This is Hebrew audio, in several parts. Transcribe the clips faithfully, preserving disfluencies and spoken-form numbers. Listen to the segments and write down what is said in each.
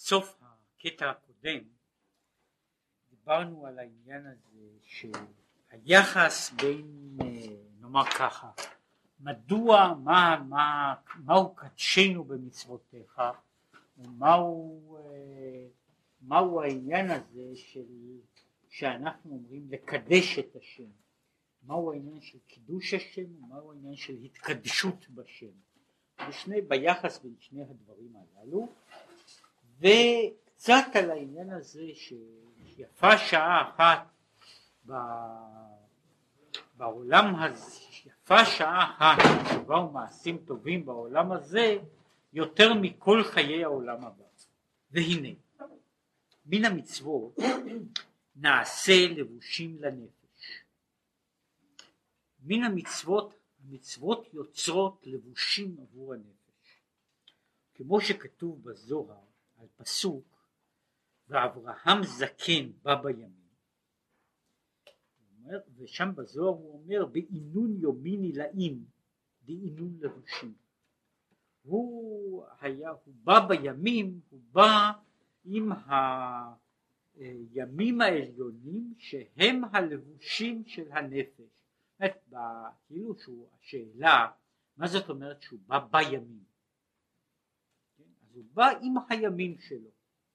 בסוף הקטע הקודם דיברנו על העניין הזה שהיחס בין, נאמר ככה, מדוע, מה, מה, מהו קדשנו במצוותיך, ומהו מהו העניין הזה של, שאנחנו אומרים לקדש את השם, מהו העניין של קידוש השם ומהו העניין של התקדשות בשם, בשני, ביחס בין שני הדברים הללו, וקצת על העניין הזה שיפה שעה אחת בעולם הזה, יפה שעה אחת שבאו מעשים טובים בעולם הזה יותר מכל חיי העולם הבא. והנה מן המצוות נעשה לבושים לנפש. מן המצוות, המצוות יוצרות לבושים עבור הנפש, כמו שכתוב בזוהר על פסוק ואברהם זקן בא בימים, ושם בזוהר הוא אומר בעינון יומין נילאים דעינון לבושים. הוא היה, הוא בא בימים, הוא בא עם הימים העליונים שהם הלבושים של הנפש. כאילו שהוא, השאלה מה זאת אומרת שהוא בא בימים, אז הוא בא עם הימים שלו,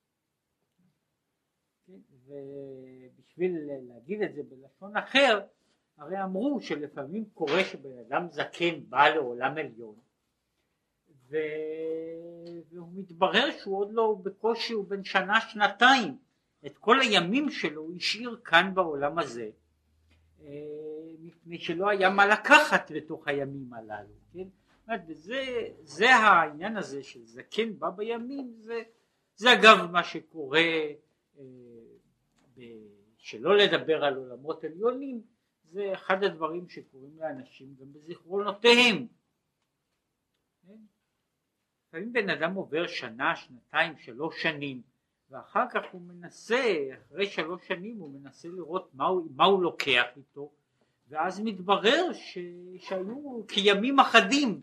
ובשביל להגיד את זה בלשון אחר, הרי אמרו שלפעמים קורה שבן אדם זקן בא לעולם עליון והוא מתברר שהוא עוד לא, בקושי הוא בן שנה שנתיים, את כל הימים שלו הוא השאיר כאן בעולם הזה, מפני שלא היה מה לקחת לתוך הימים הללו, כן? וזה, זה העניין הזה של זקן בא בימים, זה, זה אגב מה שקורה, שלא לדבר על עולמות עליונים, זה אחד הדברים שקורים לאנשים גם בזיכרונותיהם. לפעמים בן אדם עובר שנה, שנתיים, שלוש שנים, ואחר כך הוא מנסה, אחרי שלוש שנים הוא מנסה לראות מה הוא, מה הוא לוקח איתו, ואז מתברר ש, שהיו כימים אחדים,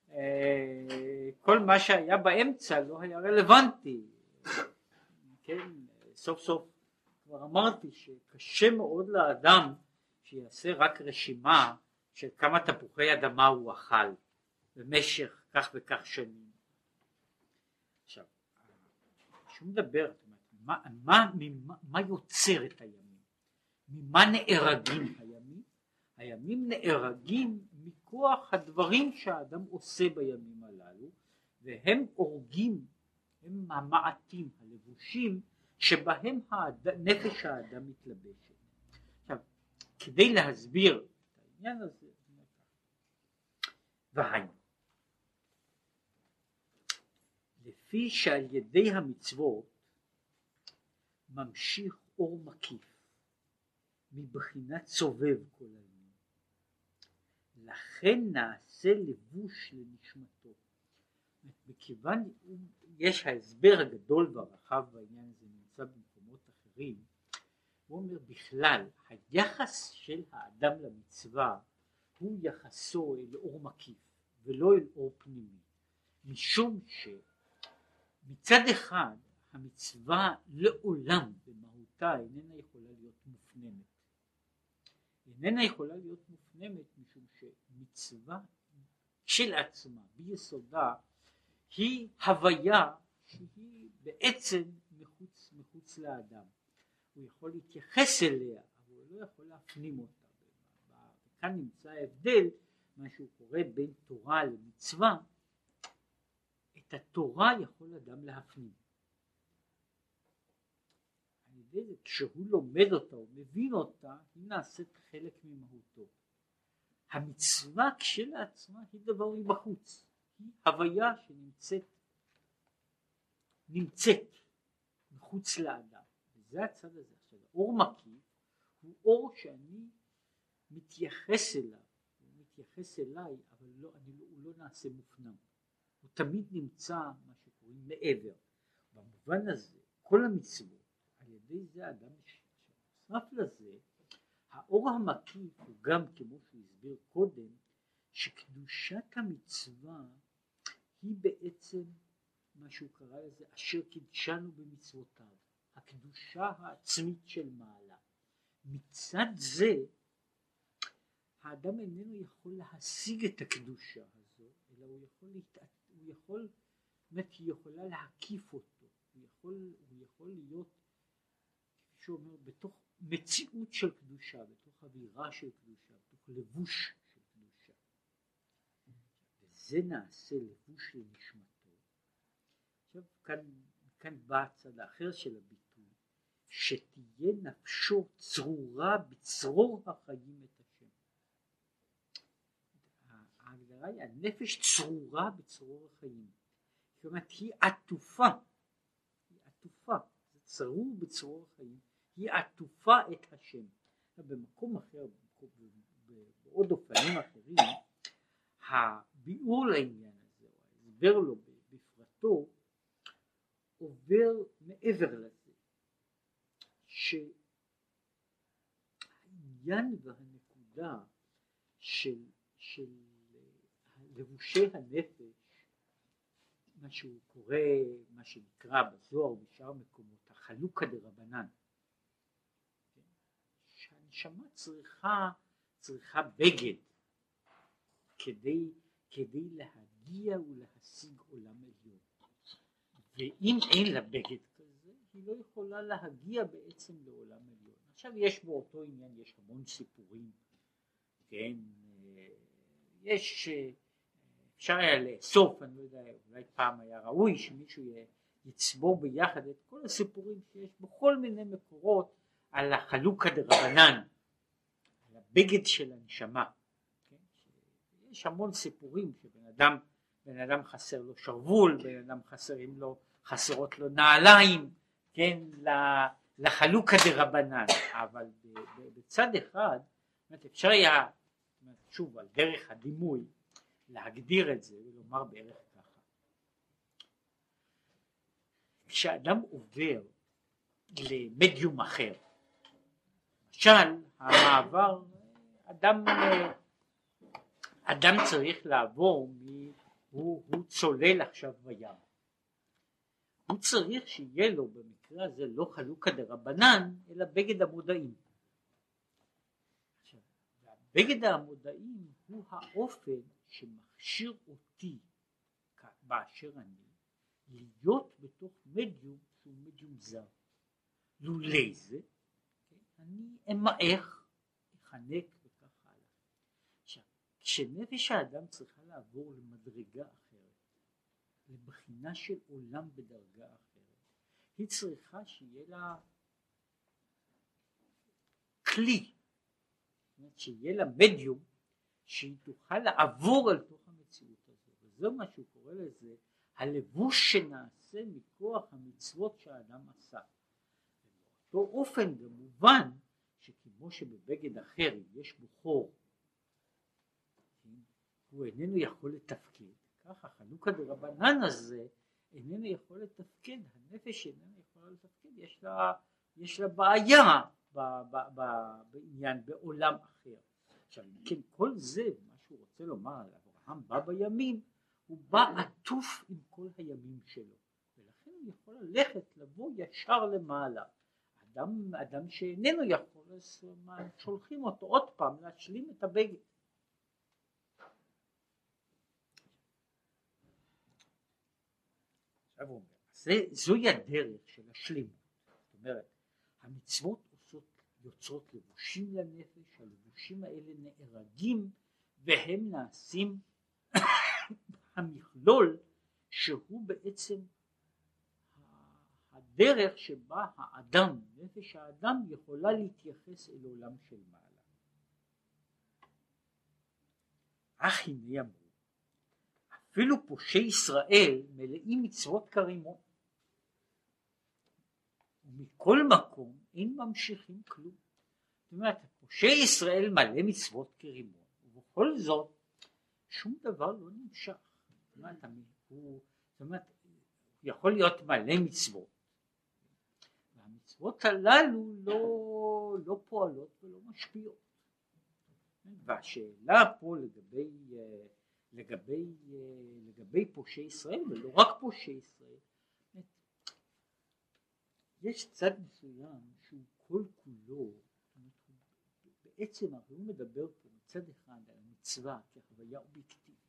כל מה שהיה באמצע לא היה רלוונטי. כן, סוף סוף כבר אמרתי שקשה מאוד לאדם שיעשה רק רשימה של כמה תפוחי אדמה הוא אכל במשך כך וכך שנים. עכשיו, שהוא מדבר, מה, מה, מה, מה יוצר את הימים? ממה נהרגים הימים? הימים נהרגים מכוח הדברים שהאדם עושה בימים הללו, והם הורגים, הם המעטים, הלבושים, שבהם האד... נפש האדם מתלבשת. עכשיו, כדי להסביר את העניין הזה, והיינו, לפי שעל ידי המצוות ממשיך אור מקיף מבחינת סובב כל העניין, לכן נעשה לבוש לנשמתו. מכיוון יש ההסבר הגדול והרחב בעניין הזה נמצא במקומות אחרים, הוא אומר בכלל היחס של האדם למצווה הוא יחסו אל אור מקיף ולא אל אור פנימי, משום שמצד אחד המצווה לעולם במהותה איננה יכולה להיות מופנמת, איננה יכולה להיות מופנמת משום שמצווה של עצמה ביסודה היא הוויה שהיא בעצם מחוץ, מחוץ לאדם. הוא יכול להתייחס אליה אבל הוא לא יכול להפנים אותה. וכאן נמצא ההבדל, מה שהוא קורא בין תורה למצווה. את התורה יכול אדם להפנים, על ידי זה כשהוא לומד אותה הוא מבין אותה, היא נעשית חלק ממהותו. המצווה כשלעצמה היא דבר מבחוץ, היא הוויה שנמצאת נמצאת מחוץ לאדם, וזה הצד הזה. עכשיו אור מקיף הוא אור שאני מתייחס אליו, הוא מתייחס אליי, אבל לא, אני לא, הוא לא נעשה מופנם, הוא תמיד נמצא מה שקוראים מעבר. במובן הזה כל המצוות על ידי זה אדם נוסף לזה, האור המקיף הוא גם כמו שהסביר קודם, שקדושת המצווה היא בעצם מה שהוא קרא לזה אשר קידשנו במצוותיו, הקדושה העצמית של מעלה. מצד זה האדם איננו יכול להשיג את הקדושה הזו, אלא הוא יכול, להתעת... הוא יכול, באמת היא יכולה להקיף אותו, הוא יכול, הוא יכול להיות, כפי שהוא אומר, בתוך מציאות של קדושה, בתוך אווירה של קדושה, בתוך לבוש של קדושה. וזה נעשה לבוש לנשמתו. עכשיו כאן, כאן בא הצד האחר של הביטוי, שתהיה נפשו צרורה בצרור החיים את השם. ההגדרה היא הנפש צרורה בצרור החיים, זאת אומרת היא עטופה, היא עטופה, זה צרור בצרור החיים, היא עטופה את השם. במקום אחר, בעוד אופנים אחרים, הביאור לעניין הזה, ההסבר לו בפרטו, עובר מעבר לזה, שהעניין והנקודה של, של לבושי הנפש, מה שהוא קורא, מה שנקרא בזוהר ובשאר מקומות, החלוקה דרבנן, שהנשמה צריכה, צריכה בגד כדי, כדי להגיע ולהשיג עולם עליון, ואם אין לה בגד כזה היא לא יכולה להגיע בעצם לעולם עליון. עכשיו יש באותו עניין, יש המון סיפורים, כן, יש, אפשר היה לאסוף, אני לא יודע, אולי פעם היה ראוי שמישהו יצבור ביחד את כל הסיפורים שיש בכל מיני מקורות על החלוקה דרבנן, על הבגד של הנשמה, כן? יש המון סיפורים שבן אדם, בן אדם חסר לו שרוול, בן אדם חסרים לו, חסרות לו נעליים, כן, לחלוקה דרבנן, אבל בצד אחד אפשר היה, שוב על דרך הדימוי, להגדיר את זה ולומר בערך ככה, כשאדם עובר למדיום אחר, למשל המעבר, אדם, אדם צריך לעבור, מ, הוא, הוא צולל עכשיו בים, הוא צריך שיהיה לו במקרה הזה לא חלוקה דרבנן אלא בגד המודעים. עכשיו, בגד המודעים הוא האופן שמכשיר אותי באשר אני להיות בתוך מדיום שהוא מדיום זר. לולא זה אני אמעך, אחנק וכך הלאה. עכשיו, כשנפש האדם צריכה לעבור למדרגה אחרת, לבחינה של עולם בדרגה אחרת, היא צריכה שיהיה לה כלי, זאת אומרת שיהיה לה מדיום שהיא תוכל לעבור על תוך המציאות הזו, וזה מה שהוא קורא לזה הלבוש שנעשה מכוח המצוות שהאדם עשה. באותו אופן גם מובן שכמו שבבגד אחר יש בו חור, הוא איננו יכול לתפקד, ככה חלוקה דרבנן הזה איננו יכול לתפקד, הנפש איננו יכולה לתפקד, יש לה, יש לה בעיה ב, ב, ב, בעניין, בעולם אחר. עכשיו כן, כל זה מה שהוא רוצה לומר על אברהם בא בימים, הוא בא עטוף עם כל הימים שלו, ולכן הוא יכול ללכת, לבוא ישר למעלה. אדם, אדם שאיננו יכול, אז שולחים אותו עוד פעם להשלים את הבגד. עכשיו הוא אומר, זה, זוהי הדרך של השלימות. זאת אומרת, המצוות עושות, יוצרות לבושים לנפש, הלבושים האלה נארגים, והם נעשים המכלול שהוא בעצם הדרך שבה האדם, נפש האדם, יכולה להתייחס אל עולם של מעלה. אך הנה אמרו, אפילו פושעי ישראל מלאים מצוות כרימון, ומכל מקום אין ממשיכים כלום. זאת אומרת, פושעי ישראל מלא מצוות כרימון, ובכל זאת שום דבר לא נמשך. זאת אומרת, הוא, זאת אומרת, הוא יכול להיות מלא מצוות, והמצוות הללו לא, לא פועלות ולא משפיעות. והשאלה פה לגבי, לגבי, לגבי פושעי ישראל, ולא רק פושעי ישראל, יש צד מסוים שהוא כל כולו, בעצם הוא מדבר פה מצד אחד על המצווה כחוויה אובייקטיבית.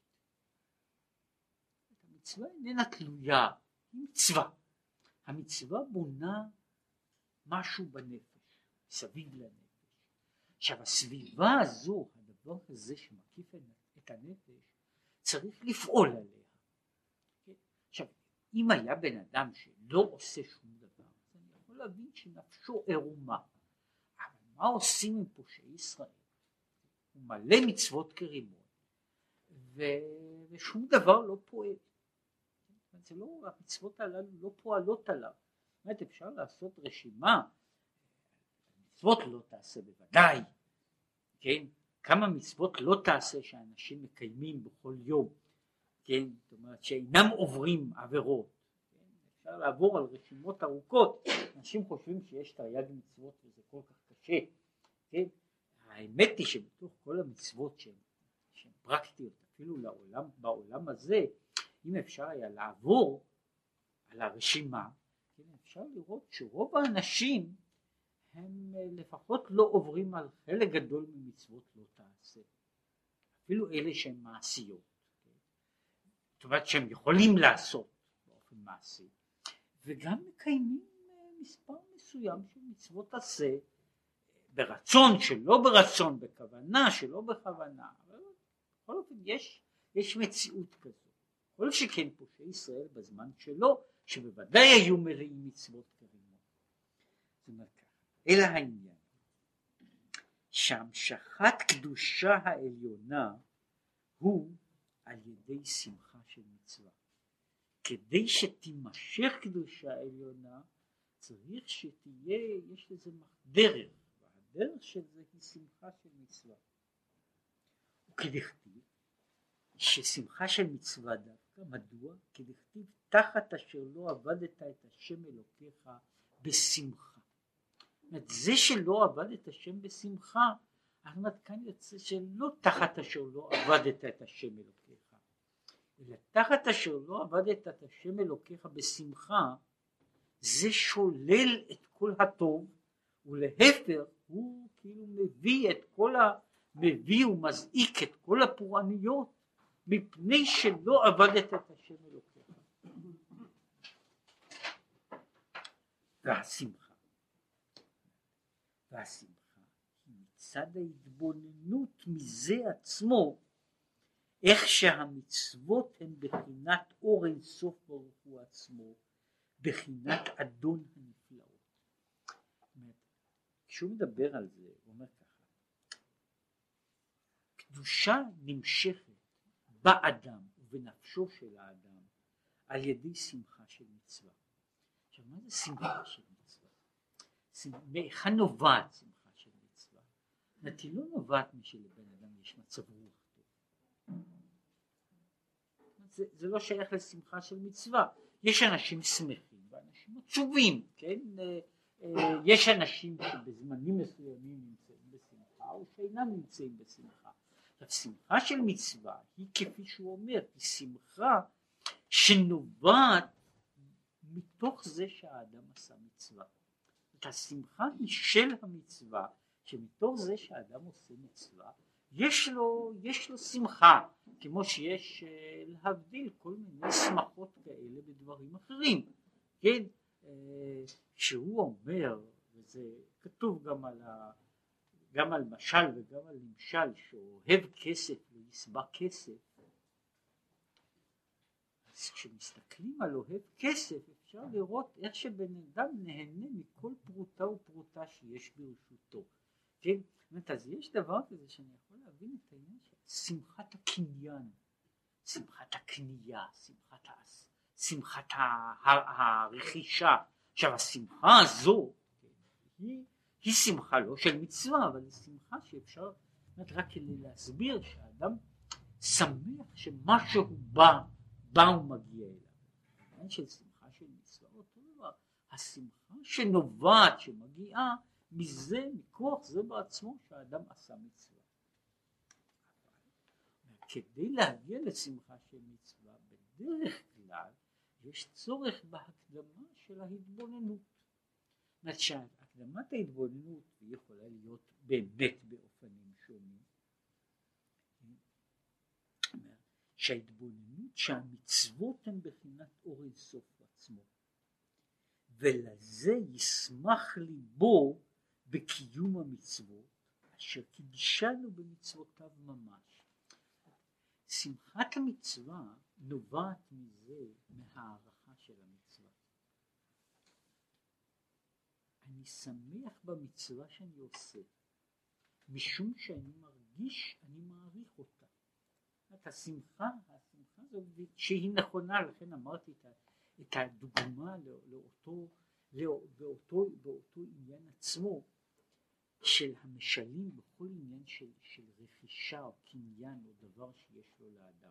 המצווה איננה תלויה, היא מצווה. המצווה בונה משהו בנפש, סביב לנפש. עכשיו הסביבה הזו, הדבר הזה שמקיף את הנפש, צריך לפעול עליה. עכשיו, אם היה בן אדם שלא עושה שום דבר, אז אני יכול להבין שנפשו ערומה. אבל מה עושים עם פושעי ישראל? הוא מלא מצוות כרימון, ו... ושום דבר לא פועל. זה לא, המצוות הללו לא פועלות עליו. זאת אומרת, אפשר לעשות רשימה, מצוות לא תעשה בוודאי, כן? כמה מצוות לא תעשה שאנשים מקיימים בכל יום, כן? זאת אומרת שאינם עוברים עבירות, כן? אפשר לעבור על רשימות ארוכות, אנשים חושבים שיש תרי"ג מצוות וזה כל כך קשה, כן? האמת היא שבתוך כל המצוות שהן, שהן פרקטיות, אפילו לעולם, בעולם הזה, אם אפשר היה לעבור על הרשימה, כן? אפשר לראות שרוב האנשים הם לפחות לא עוברים על חלק גדול ממצוות לא תעשה, אפילו אלה שהן מעשיות, זאת אומרת שהם יכולים לעשות באופן מעשי, וגם מקיימים מספר מסוים של מצוות עשה, ברצון, שלא ברצון, בכוונה, שלא בכוונה, אבל בכל אופן יש, יש מציאות כזו, כל שכן פושעי ישראל בזמן שלו, שבוודאי היו מלאים מצוות כרימון. זאת אומרת, אלא העניין שהמשכת קדושה העליונה הוא על ידי שמחה של מצווה. כדי שתימשך קדושה העליונה צריך שתהיה, יש לזה דרך, והדרך של זה היא שמחה של מצווה. וכדכתיב ששמחה של מצווה דווקא, מדוע? כדכתיב תחת אשר לא עבדת את השם אלוקיך בשמחה. זה שלא עבדת השם בשמחה, אבל כאן יוצא שלא תחת אשר לא עבדת את השם אלוקיך, אלא תחת אשר לא עבדת את השם אלוקיך בשמחה, זה שולל את כל הטוב, ולהפך הוא כאילו מביא את כל ה... מביא ומזעיק את כל הפורעניות, מפני שלא עבדת את השם אלוקיך. והשמחה והשמחה היא מצד ההתבוננות מזה עצמו, איך שהמצוות הן בחינת אור אין סוף ברוך הוא עצמו, בחינת אדון הנפלאות. כשהוא מדבר על זה הוא אומר ככה, קדושה נמשכת באדם ובנפשו של האדם על ידי שמחה של מצווה. עכשיו מה זה שמחה של מצווה? מאיכה נובעת שמחה של מצווה? היא לא נובעת משלבן אדם יש מצב רוח טוב. זה, זה לא שייך לשמחה של מצווה. יש אנשים שמחים ואנשים עצובים, כן? יש אנשים שבזמנים מסוימים נמצאים בשמחה או שאינם נמצאים בשמחה. השמחה של מצווה היא כפי שהוא אומר, היא שמחה שנובעת מתוך זה שהאדם עשה מצווה. את השמחה היא של המצווה, שמתוך זה שהאדם עושה מצווה יש לו, יש לו שמחה, כמו שיש להבדיל כל מיני שמחות כאלה בדברים אחרים, כן? שהוא אומר, וזה כתוב גם על ה... גם על משל וגם על נמשל, שאוהב כסף ויסבע כסף, אז כשמסתכלים על אוהב כסף אפשר לראות איך שבן אדם נהנה מכל פרוטה ופרוטה שיש ברשותו, כן? זאת אומרת, אז יש דבר כזה שאני יכול להבין את העניין של שמחת הקניין, שמחת הקנייה, שמחת, שמחת הרכישה. עכשיו השמחה הזו היא היא שמחה לא של מצווה, אבל היא שמחה שאפשר רק כדי להסביר שהאדם שמח שמשהו בא, בא ומגיע אליו. העניין של שמחה של מצווה אותו דבר, השמחה שנובעת, שמגיעה מזה, מכוח זה בעצמו שהאדם עשה מצווה. כדי להגיע לשמחה של מצווה בדרך כלל יש צורך בהקדמה של ההתבוננות. זאת אומרת שהקדמת ההתבוננות היא יכולה להיות באמת באופנים שונים. שההתבוננות שהמצוות הן בחינת אור אין סוף עצמו, ולזה ישמח ליבו בקיום המצוות אשר קידשנו במצוותיו ממש. שמחת המצווה נובעת מזה, מהערכה של המצווה. אני שמח במצווה שאני עושה משום שאני מרגיש, אני מעריך אותה. את השמחה, השמחה זו שהיא נכונה, לכן אמרתי את, את הדוגמה לאותו, באותו, באותו עניין עצמו של המשלים בכל עניין של, של רכישה או קניין או דבר שיש לו לאדם.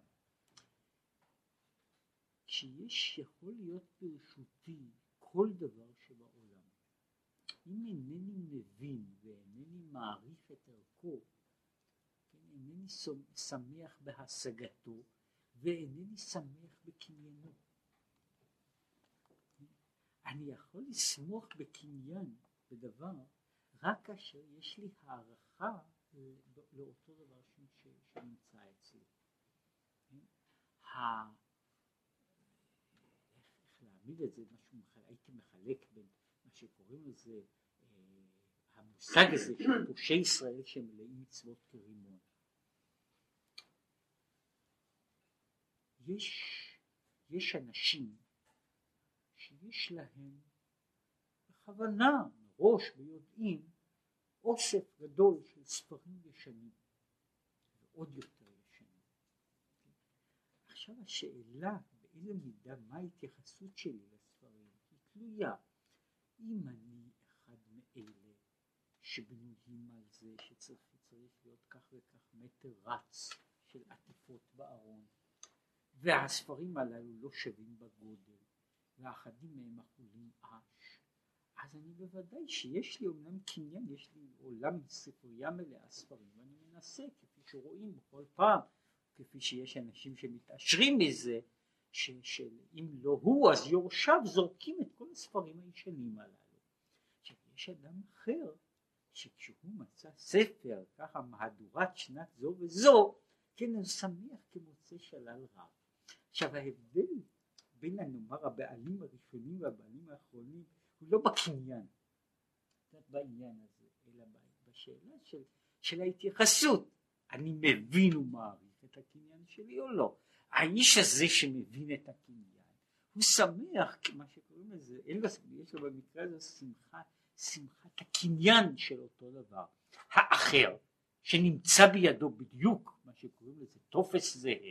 כשיש יכול להיות ברשותי כל דבר שבעולם, אם אינני מבין ואינני מעריך את ערכו, אינני שמח בהשגתו ואינני שמח בקניינו. אני יכול לסמוך בקניין בדבר רק כאשר יש לי הערכה לאותו דבר שנמצא אצלי. איך להעמיד את זה, הייתי מחלק בין מה שקוראים לזה המושג הזה של פושעי ישראל שמלאים מצוות כרימון. יש, יש אנשים שיש להם בכוונה, מראש ויודעים, אוסף גדול של ספרים ישנים, ועוד יותר ישנים. עכשיו השאלה באיזה מידה, מה ההתייחסות שלי לספרים, היא תלויה. אם אני אחד מאלה שבנויים על זה שצריך להיות כך וכך מטר רץ של עטיפות בארון, והספרים הללו לא שווים בגודל, ואחדים מהם אכולים אש, אז אני בוודאי שיש לי אומנם קניין, יש לי עולם ספרייה מלאה ספרים, ואני מנסה, כפי שרואים בכל פעם, כפי שיש אנשים שמתעשרים מזה, שאם לא הוא אז יורשיו זורקים את כל הספרים הישנים הללו. שיש אדם אחר שכשהוא מצא ספר ככה מהדורת שנת זו וזו, כן, הוא שמח כמוצא שלל רב. עכשיו ההבדל בין הנאמר הבעלים הראשונים והבעלים האחרונים הוא לא בקניין, בעניין הזה, אלא בשאלה של, של ההתייחסות. אני מבין ומעריך את הקניין שלי או לא. האיש הזה שמבין את הקניין הוא שמח, מה שקוראים לזה, יש לו במקרה הזה שמחה, שמחת הקניין של אותו דבר. האחר שנמצא בידו בדיוק מה שקוראים לזה תופס זהה,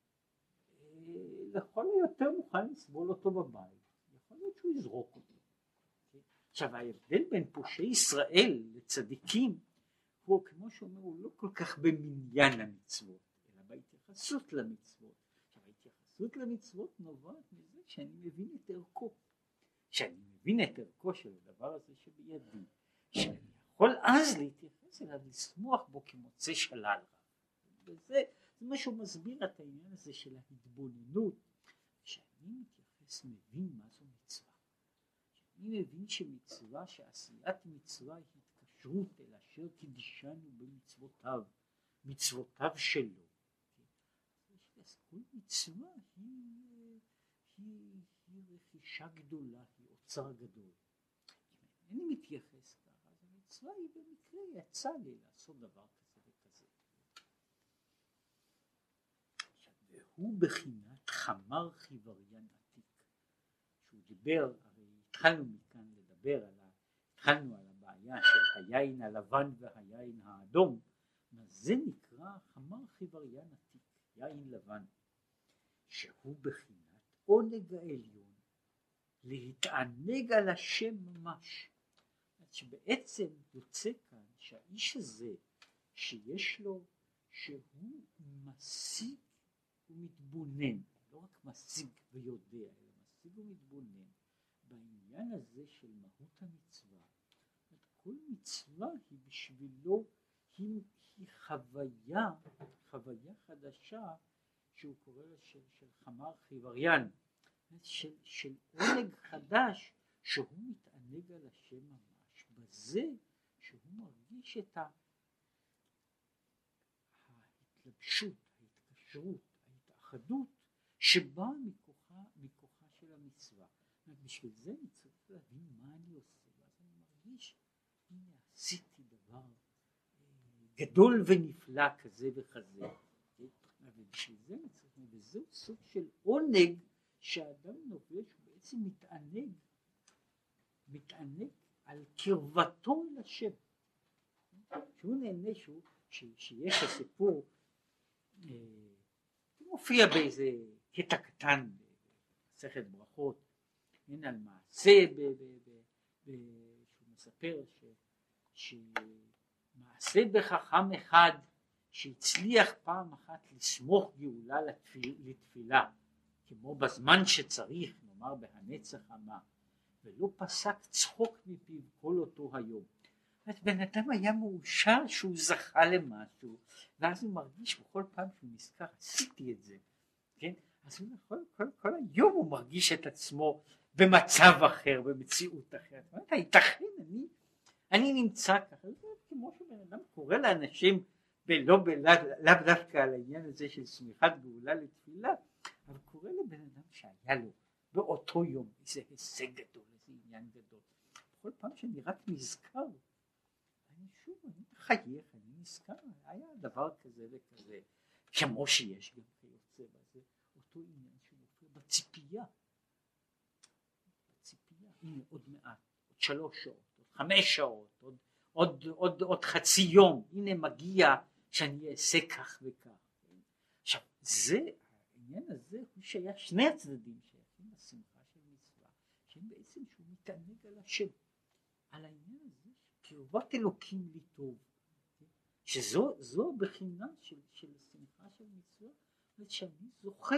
לכל היותר מוכן לסבול אותו בבית, יכול להיות שהוא יזרוק אותו. עכשיו ההבדל בין פושעי ישראל לצדיקים הוא כמו שאומר, הוא לא כל כך במניין המצוות אלא בהתייחסות למצוות. עכשיו ההתייחסות למצוות נובעת מזה שאני מבין את ערכו, שאני מבין את ערכו של הדבר הזה שבידי, שאני יכול אז להתייחס אליו, לשמוח בו כמוצא שלל רב. וזה זה מה שהוא מסביר את העניין הזה של ההתבוננות, שאני מתייחס מבין מה זו מצווה, שאני מבין שמצווה, שעשיית מצווה היא התקשרות אל אשר קידשנו במצוותיו, מצוותיו שלו. אז כל מצווה היא, היא, היא רכישה גדולה, היא אוצר גדול. אם אני מתייחס ככה, אז המצווה היא במקרה יצא לי לעשות דבר כזה וכזה. והוא בחינת חמר חיווריין עתיק, שהוא דיבר, הרי התחלנו מכאן לדבר על, התחלנו על הבעיה של היין הלבן והיין האדום, זה נקרא חמר חיווריין עתיק, יין לבן, שהוא בחינת עונג העליון, להתענג על השם ממש. שבעצם יוצא כאן שהאיש הזה שיש לו, שהוא משיג ומתבונן, לא רק משיג ויודע, אלא משיג ומתבונן בעניין הזה של מהות המצווה. כל מצווה היא בשבילו, היא, היא חוויה, חוויה חדשה שהוא קורא לה של, של חמר חיווריאן, של, של עונג חדש שהוא מתענג על השם ממש, בזה שהוא מרגיש את ההתלבשות, ההתקשרות, ההתאחדות שבאה מכוחה, מכוחה של המצווה. בשביל זה אני צריך להבין מה אני עושה, ואז אני מרגיש, הנה עשיתי דבר גדול ונפלא כזה וכזה, ובשביל זה אני צריך, וזהו סוג של עונג שהאדם נובש, בעצם מתענג, מתענג על קרבתו אל השם, שהוא נהנה, שהוא, ש, שיש הסיפור, אה, מופיע באיזה קטע קטן במסכת ברכות, אין על מעשה ב, ב, ב, ב, שהוא מספר ש, שמעשה בחכם אחד שהצליח פעם אחת לסמוך גאולה לתפיל, לתפילה, כמו בזמן שצריך, נאמר בהנצח המה, ולא פסק צחוק מפיו כל אותו היום. בן אדם היה מאושר שהוא זכה למשהו, ואז הוא מרגיש בכל פעם שהוא נזכר, עשיתי את זה, כן? אז הוא יכול, כל, כל היום הוא מרגיש את עצמו במצב אחר, במציאות אחרת. זאת אומרת, ייתכן, אני, אני נמצא ככה, זה כמו שבן אדם קורא לאנשים, ולא לאו דווקא על העניין הזה של סמיכת גאולה לתפילה, אבל קורא לבן אדם שהיה לו באותו יום איזה הישג גדול, איזה עניין גדול. בכל פעם שאני רק נזכר, אני שוב, אני מחייך, אני נזכר, היה דבר כזה וכזה, כמו שיש גם כיוצא בזה, אותו עניין שמופיע בציפייה, בציפייה, הנה עוד מעט, עוד שלוש שעות, עוד חמש שעות, עוד, עוד, עוד, עוד חצי יום, הנה מגיע שאני אעשה כך וכך. עכשיו, זה, העניין הזה, הוא שהיה שני הצדדים שייכים לשמחה של מצווה, שהם בעצם שהוא מתענג על השם, על העניין הזה, קרבת אלוקים לי טוב, שזו זו בחינה של, של שמחה של מצווה, שאני זוכה,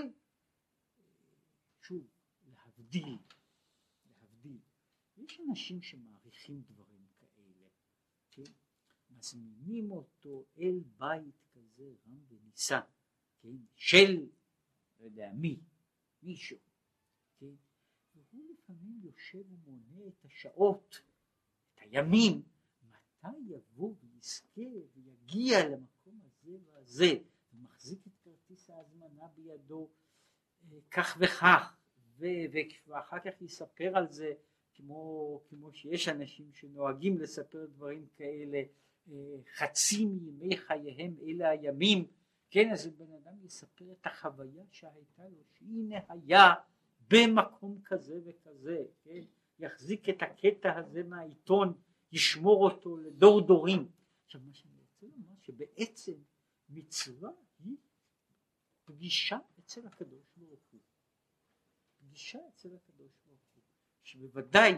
שוב, להבדיל, להבדיל. יש אנשים שמעריכים דברים כאלה, כן? מזמינים אותו אל בית כזה רם ונישא, כן? של, לא יודע מי, מישהו, כן? והוא לפעמים יושב ומונה את השעות, את הימים, מתי יבוא ויזכה ויגיע למקום הזה והזה, ומחזיק את כרטיס ההזמנה בידו כך וכך, ואחר כך יספר על זה, כמו, כמו שיש אנשים שנוהגים לספר דברים כאלה, חצי מימי חייהם אלה הימים, כן, אז בן אדם יספר את החוויה שהייתה לו, שהנה היה במקום כזה וכזה, כן, יחזיק את הקטע הזה מהעיתון, ישמור אותו לדור דורים. עכשיו מה שאני רוצה לומר, שבעצם מצווה היא פגישה אצל הקדוש ברוך הוא, פגישה אצל הקדוש ברוך הוא, שבוודאי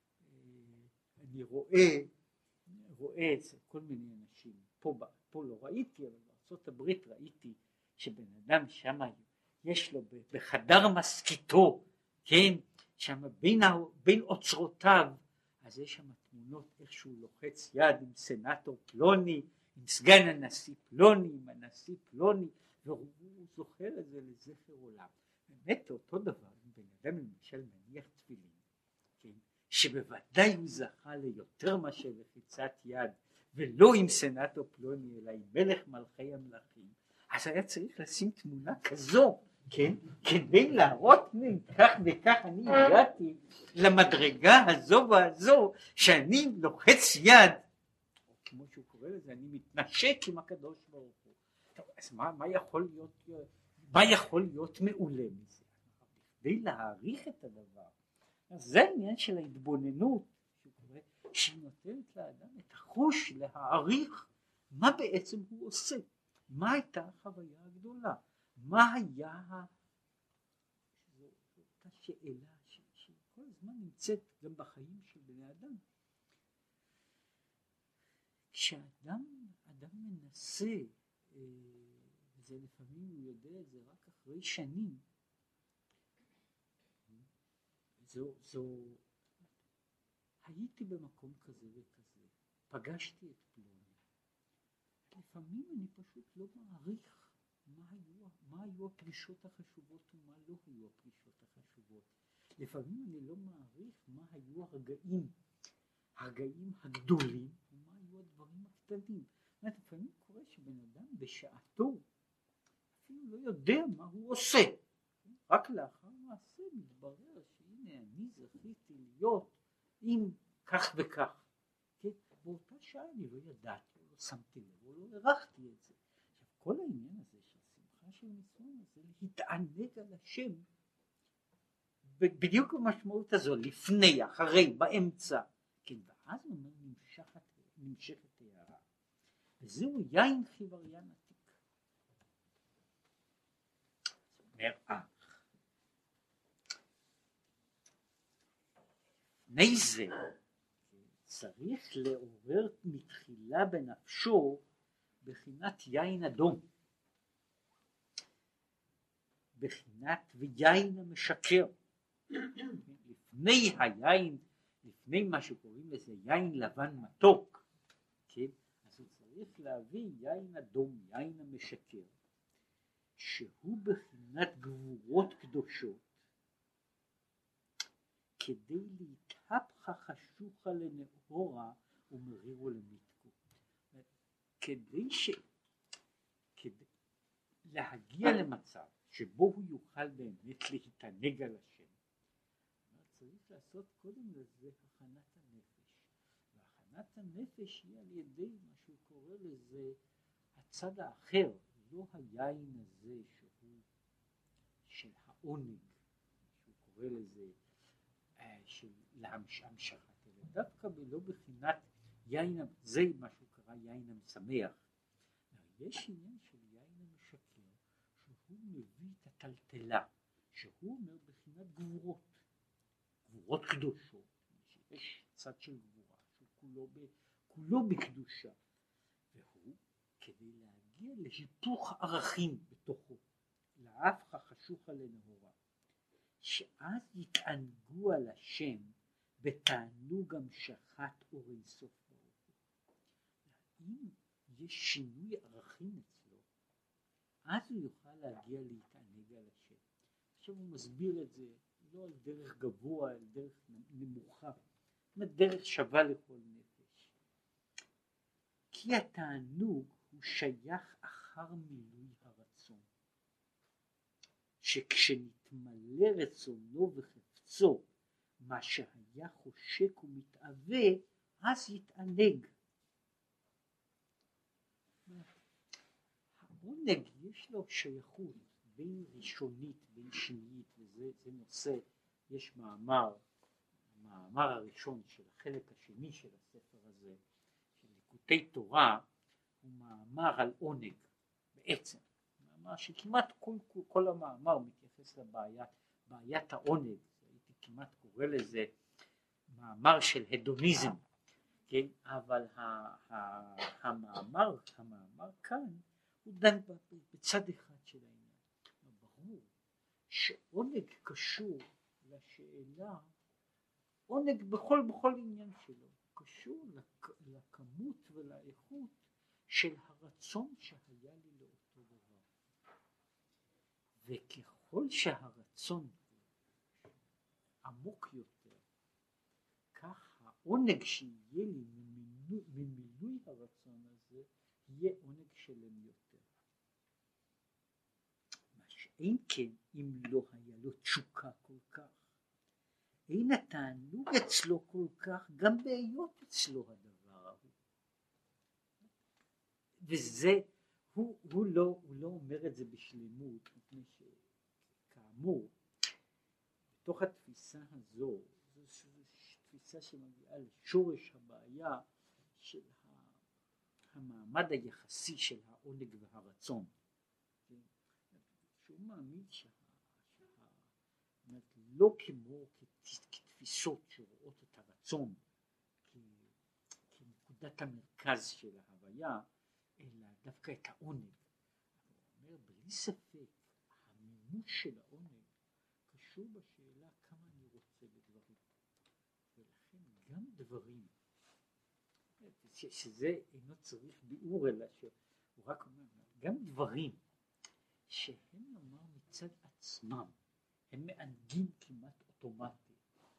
אני רואה, רואה אצל כל מיני אנשים, פה, פה לא ראיתי, אבל בארצות הברית ראיתי שבן אדם שם יש לו בחדר מסכיתו, כן, שם בין, בין אוצרותיו, אז יש שם תמונות איך שהוא לוחץ יד עם סנטור פלוני, עם סגן הנשיא פלוני, עם הנשיא פלוני, והוא זוכר את זה לזכר עולם. באמת אותו דבר, בן אדם למשל מניח תפילין, כן, שבוודאי הוא זכה ליותר מאשר לחיצת יד, ולא עם סנטור פלוני, אלא עם מלך מלכי המלכים, אז היה צריך לשים תמונה כזו, כן, כדי להראות כך וכך אני הגעתי למדרגה הזו והזו, שאני לוחץ יד, או כמו שהוא קורא לזה, אני מתנשק עם הקדוש ברוך הוא. טוב, אז מה, מה יכול להיות, מה יכול להיות מעולה מזה? כדי להעריך את הדבר, אז זה העניין של ההתבוננות, שהיא נותנת לאדם את החוש להעריך מה בעצם הוא עושה, מה הייתה החוויה הגדולה, מה היה אותה שאלה שכל הזמן נמצאת גם בחיים של בני אדם. כשאדם אדם מנסה, וזה לפעמים הוא יודע את זה רק אחרי שנים, זו, זו, הייתי במקום כזה וכזה, פגשתי את פלוני, לפעמים אני פשוט לא מעריך מה היו, מה היו הפגישות החשובות ומה לא היו הפגישות החשובות. לפעמים אני לא מעריך מה היו הרגעים, הרגעים הגדולים ומה היו הדברים הקטנים. זאת אומרת, לפעמים קורה שבן אדם בשעתו אפילו לא יודע מה הוא עושה. רק לאחר מעשה מתברר שהנה אני זכיתי להיות עם כך וכך. כן? באותה שעה אני לא ידעתי, או לא שמתי לב, או לא ערכתי את זה. עכשיו, כל העניין הזה של שמחה של נישואין זה להתענג על השם, בדיוק במשמעות הזו, לפני, אחרי, באמצע. כן, ואז הוא אומר, נמשכת, נמשכת הערה. וזהו יין חיווריין עתיק. אומר, אה, לפני זה, צריך לעורר מתחילה בנפשו בחינת יין אדום, בחינת ויין המשקר. לפני היין, לפני מה שקוראים לזה יין לבן מתוק, כן? אז הוא צריך להביא יין אדום, יין המשקר, שהוא בחינת גבורות קדושות, כדי להתהפכה חשוכה לנאורה ומרירו למיתקו. כדי ש... כדי להגיע למצב שבו הוא יוכל באמת להתענג על השם, צריך לעשות קודם לזה הכנת הנפש. והכנת הנפש היא על ידי מה שהוא קורא לזה הצד האחר, לא היין הזה שהוא של העונג, שהוא קורא לזה של המשכת, אלא דווקא ולא בחינת יין, זה מה שהוא קרא יין המשמח. יש עניין של יין המשקר שהוא מביא את הטלטלה, שהוא אומר בחינת גבורות, גבורות קדושות, יש צד של גבורה שהוא כולו, ב, כולו בקדושה, והוא כדי להגיע להיפוך ערכים בתוכו, להפכה חשוכה לנהורה, שאז יתענגו על השם בתענוג המשכת אור אין סוף ברוך הוא. אם יש שינוי ערכים אצלו, אז הוא יוכל להגיע להתענג על השם. עכשיו הוא מסביר את זה לא על דרך גבוה, על דרך נמוכה, זאת אומרת דרך שווה לכל נפש. כי התענוג הוא שייך אחר מילוי הרצון, שכשנתמלא רצונו וחפצו מה שהיה חושק ומתאווה, אז יתענג. העונג יש לו שייכות בין ראשונית בין שניית, וזה זה נושא, יש מאמר, המאמר הראשון של החלק השני של הספר הזה, של ליקוטי תורה, הוא מאמר על עונג בעצם. מאמר שכמעט כל, כל, כל המאמר מתייחס לבעיית, בעיית העונג, הייתי כמעט קורא לזה מאמר של הדוניזם, כן? אבל ה, ה, המאמר, המאמר כאן הוא דן בצד אחד של העניין. ברור שעונג קשור לשאלה, עונג בכל, בכל עניין שלו, קשור לכ, לכמות ולאיכות של הרצון שהיה לי לאותו דבר. וככל שהרצון עמוק יותר, כך העונג שיהיה לי ממילוי, ממילוי הרצון הזה יהיה עונג שלם יותר. מה שאין כן אם לא היה לו תשוקה כל כך, אין התענוג אצלו כל כך גם בהיות אצלו הדבר ההוא. וזה הוא, הוא, לא, הוא לא אומר את זה בשלמות, מפני שכאמור בתוך התפיסה הזו, זו תפיסה שמגיעה לשורש הבעיה של המעמד היחסי של העונג והרצון, שהוא מאמין שה, שה, לא כמו כתפיסות שרואות את הרצון כנקודת המרכז של ההוויה, אלא דווקא את העונג. הוא אומר בלי ספק המימוש של העונג קשור בשאלה כמה אני רוצה בדברים, ולכן גם דברים, שזה אינו צריך ביאור, אלא שהוא רק אומר, גם דברים שהם נאמר מצד עצמם, הם מענגים כמעט אוטומטי.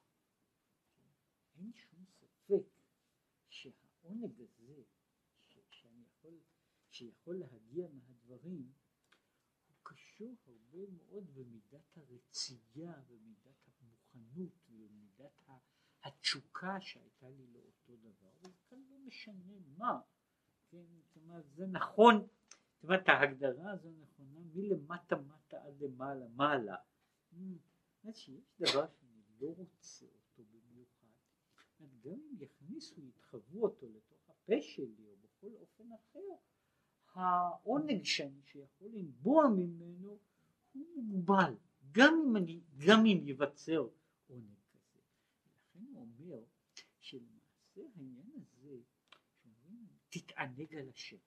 אין שום ספק שהעונג הזה, ש, שאני יכול, שיכול להגיע מהדברים, הוא קשור הרבה מאוד במידת הרצייה, במידת המוכנות, ובמידת התשוקה שהייתה לי לאותו דבר. וכאן לא משנה מה, כן, זאת אומרת, זה נכון, זאת אומרת, ההגדרה הזו נכונה מלמטה מטה עד למעלה מעלה. זאת אומרת שיש דבר שאני לא רוצה אותו במיוחד, גם אם יכניסו, יתחברו אותו לתוך הפה שלי או בכל אופן אחר, העונג שאני שיכול לנבוע ממנו הוא מוגבל, גם אם אני, גם אם ייווצר עונג כזה. לכן הוא אומר שלמעשה העניין הזה שאומרים תתענג על השם,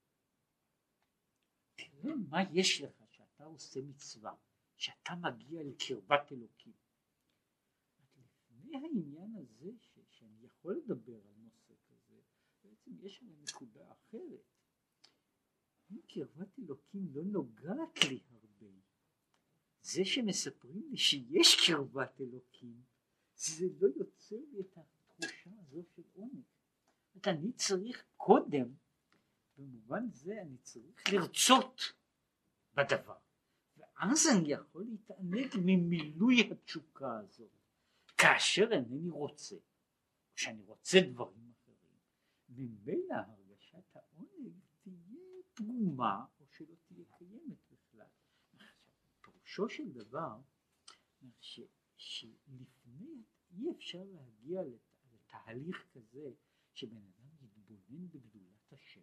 תראה מה יש לך שאתה עושה מצווה, שאתה מגיע לקרבת אלוקים. לפני העניין הזה ש, שאני יכול לדבר על נושא כזה, בעצם יש לנו נקודה אחרת. אם קרבת אלוקים לא נוגעת לי הרבה, זה שמספרים לי שיש קרבת אלוקים, זה לא יוצר לי את התחושה הזו של עונג. אני צריך קודם, במובן זה אני צריך לרצות בדבר, ואז אני יכול להתענג ממילוי התשוקה הזאת. כאשר אינני רוצה, או שאני רוצה דברים אחרים, ממילא הרגשת העונג תהיה פגומה, או שלא תהיה קיימת בכלל. פירושו של דבר, ש, שלפני, אי אפשר להגיע לת, לתהליך כזה, שבן אדם יתבונן בגדולת השם,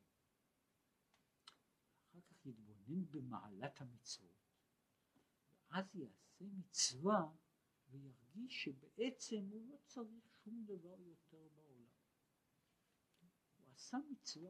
אחר כך יתבונן במעלת המצוות, ואז יעשה מצווה, וירגיש שבעצם הוא לא צריך שום דבר יותר בעולם. הוא עשה מצווה.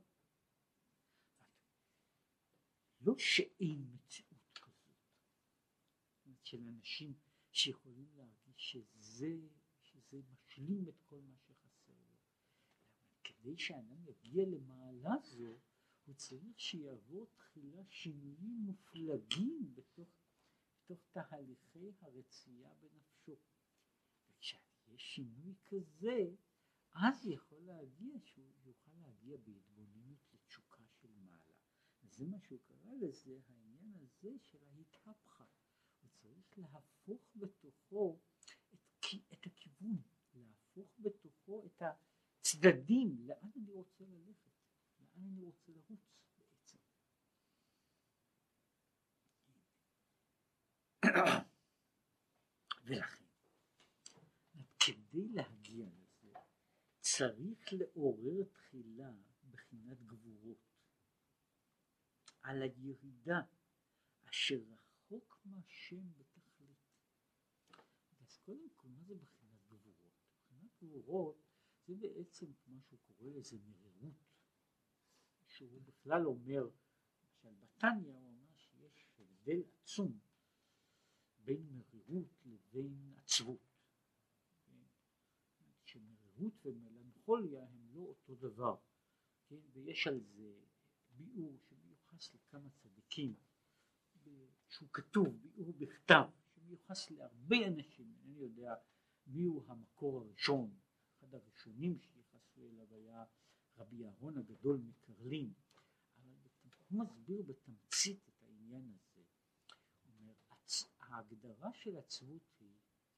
לא שאין מציאות כזאת. של אנשים שיכולים להרגיש שזה, שזה משלים את כל מה שחסר לו. כדי שאדם יגיע למעלה זו, הוא צריך שיעבור תחילה שינויים מופלגים בתוך בתוך תהליכי הרצייה בנפשו. וכשיש שינוי כזה, אז יכול להגיע שהוא יוכל להגיע בהתבוננות לתשוקה של מעלה. וזה מה שהוא קרא לזה, העניין הזה של ההתהפכה. הוא צריך להפוך בתוכו את, את הכיוון, להפוך בתוכו את הצדדים, לאן אני רוצה ללכת, לאן אני רוצה לרוץ בעצם. ולכן, כדי להגיע לזה, צריך לעורר תחילה בחינת גבורות על הירידה אשר רחוק מהשם בתכלית. אז קודם כל, מה זה בחינת גבורות? בחינת גבורות זה בעצם מה שהוא קורא לזה מרירות, שהוא בכלל אומר, למשל בתניא הוא אומר שיש הבדל עצום בין מרירות לבין עצבות. שמרירות ומלנכוליה הם לא אותו דבר, כן? ויש על זה ביאור שמיוחס לכמה צדיקים, שהוא כתוב, ביאור בכתב, שמיוחס להרבה אנשים. אני יודע מיהו המקור הראשון, אחד הראשונים שיחסו אליו היה רבי אהרון הגדול מקרלין, אבל הוא מסביר בתמצית את העניין הזה. ההגדרה של עצבות היא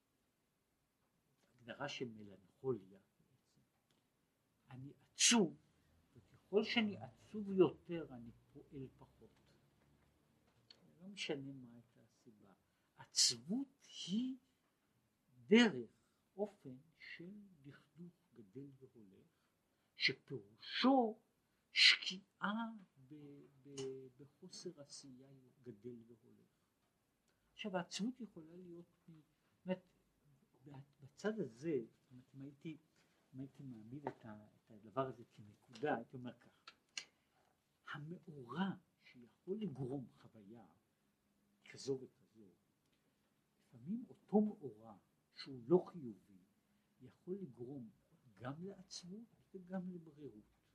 הגדרה של מלנכוליה. אני עצוב, וככל שאני עצוב יותר אני פועל פחות. לא משנה מה הייתה הסיבה. עצבות היא דרך, אופן של דכדוך גדל והולך, שפירושו שקיעה בחוסר עשייה גדל והולך. עכשיו העצבות יכולה להיות, זאת אומרת, בצד הזה, זאת אומרת, אם הייתי, אם הייתי מעמיד את הדבר הזה כנקודה, הייתי אומר כך, המאורע שיכול לגרום חוויה כזו וכזו, לפעמים אותו מאורע שהוא לא חיובי, יכול לגרום גם לעצבות וגם לברירות.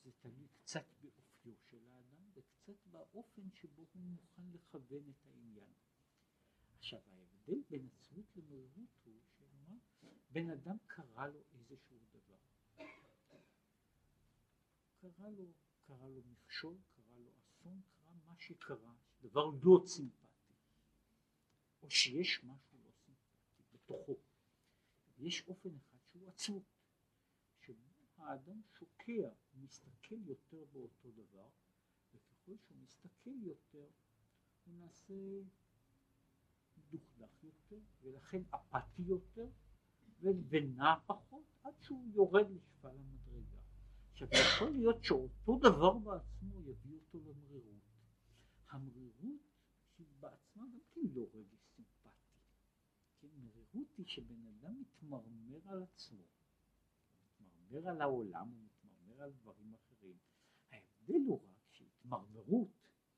זה תלוי קצת באופיו של האדם וקצת באופן שבו הוא מוכן לכוון את העניין. עכשיו ההבדל בין עצמות למרירות הוא שמה בן אדם קרא לו איזשהו דבר, קרא לו, קרא לו מכשול, קרא לו אסון, קרא מה שקרה, דבר לא סימפטי, או שיש משהו לא סימפטי בתוכו. יש אופן אחד שהוא עצמות, שבו האדם שוקע, הוא מסתכל יותר באותו דבר, וככל שהוא מסתכל יותר, הוא נעשה דוכדך יותר, ולכן אפתי יותר, ונע פחות, עד שהוא יורד לשפל המדרגה. עכשיו, יכול להיות שאותו דבר בעצמו יביא אותו למרירות. המרירות היא בעצמה גם כן לא רגש סימפטי. כן, מרירות היא שבן אדם מתמרמר על עצמו, מתמרמר על העולם, הוא מתמרמר על דברים אחרים. ההבדל הוא רק שהתמרמרות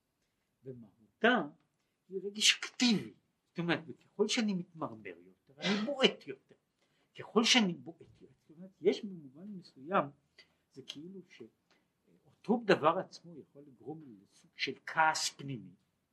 במהותה היא רגש אקטיבי. זאת אומרת, וככל שאני מתמרמר יותר, אני בועט יותר. ככל שאני בועט יותר, זאת אומרת, יש במובן מסוים, זה כאילו שאותו דבר עצמו יכול לגרום לי לסוג של כעס פנימי,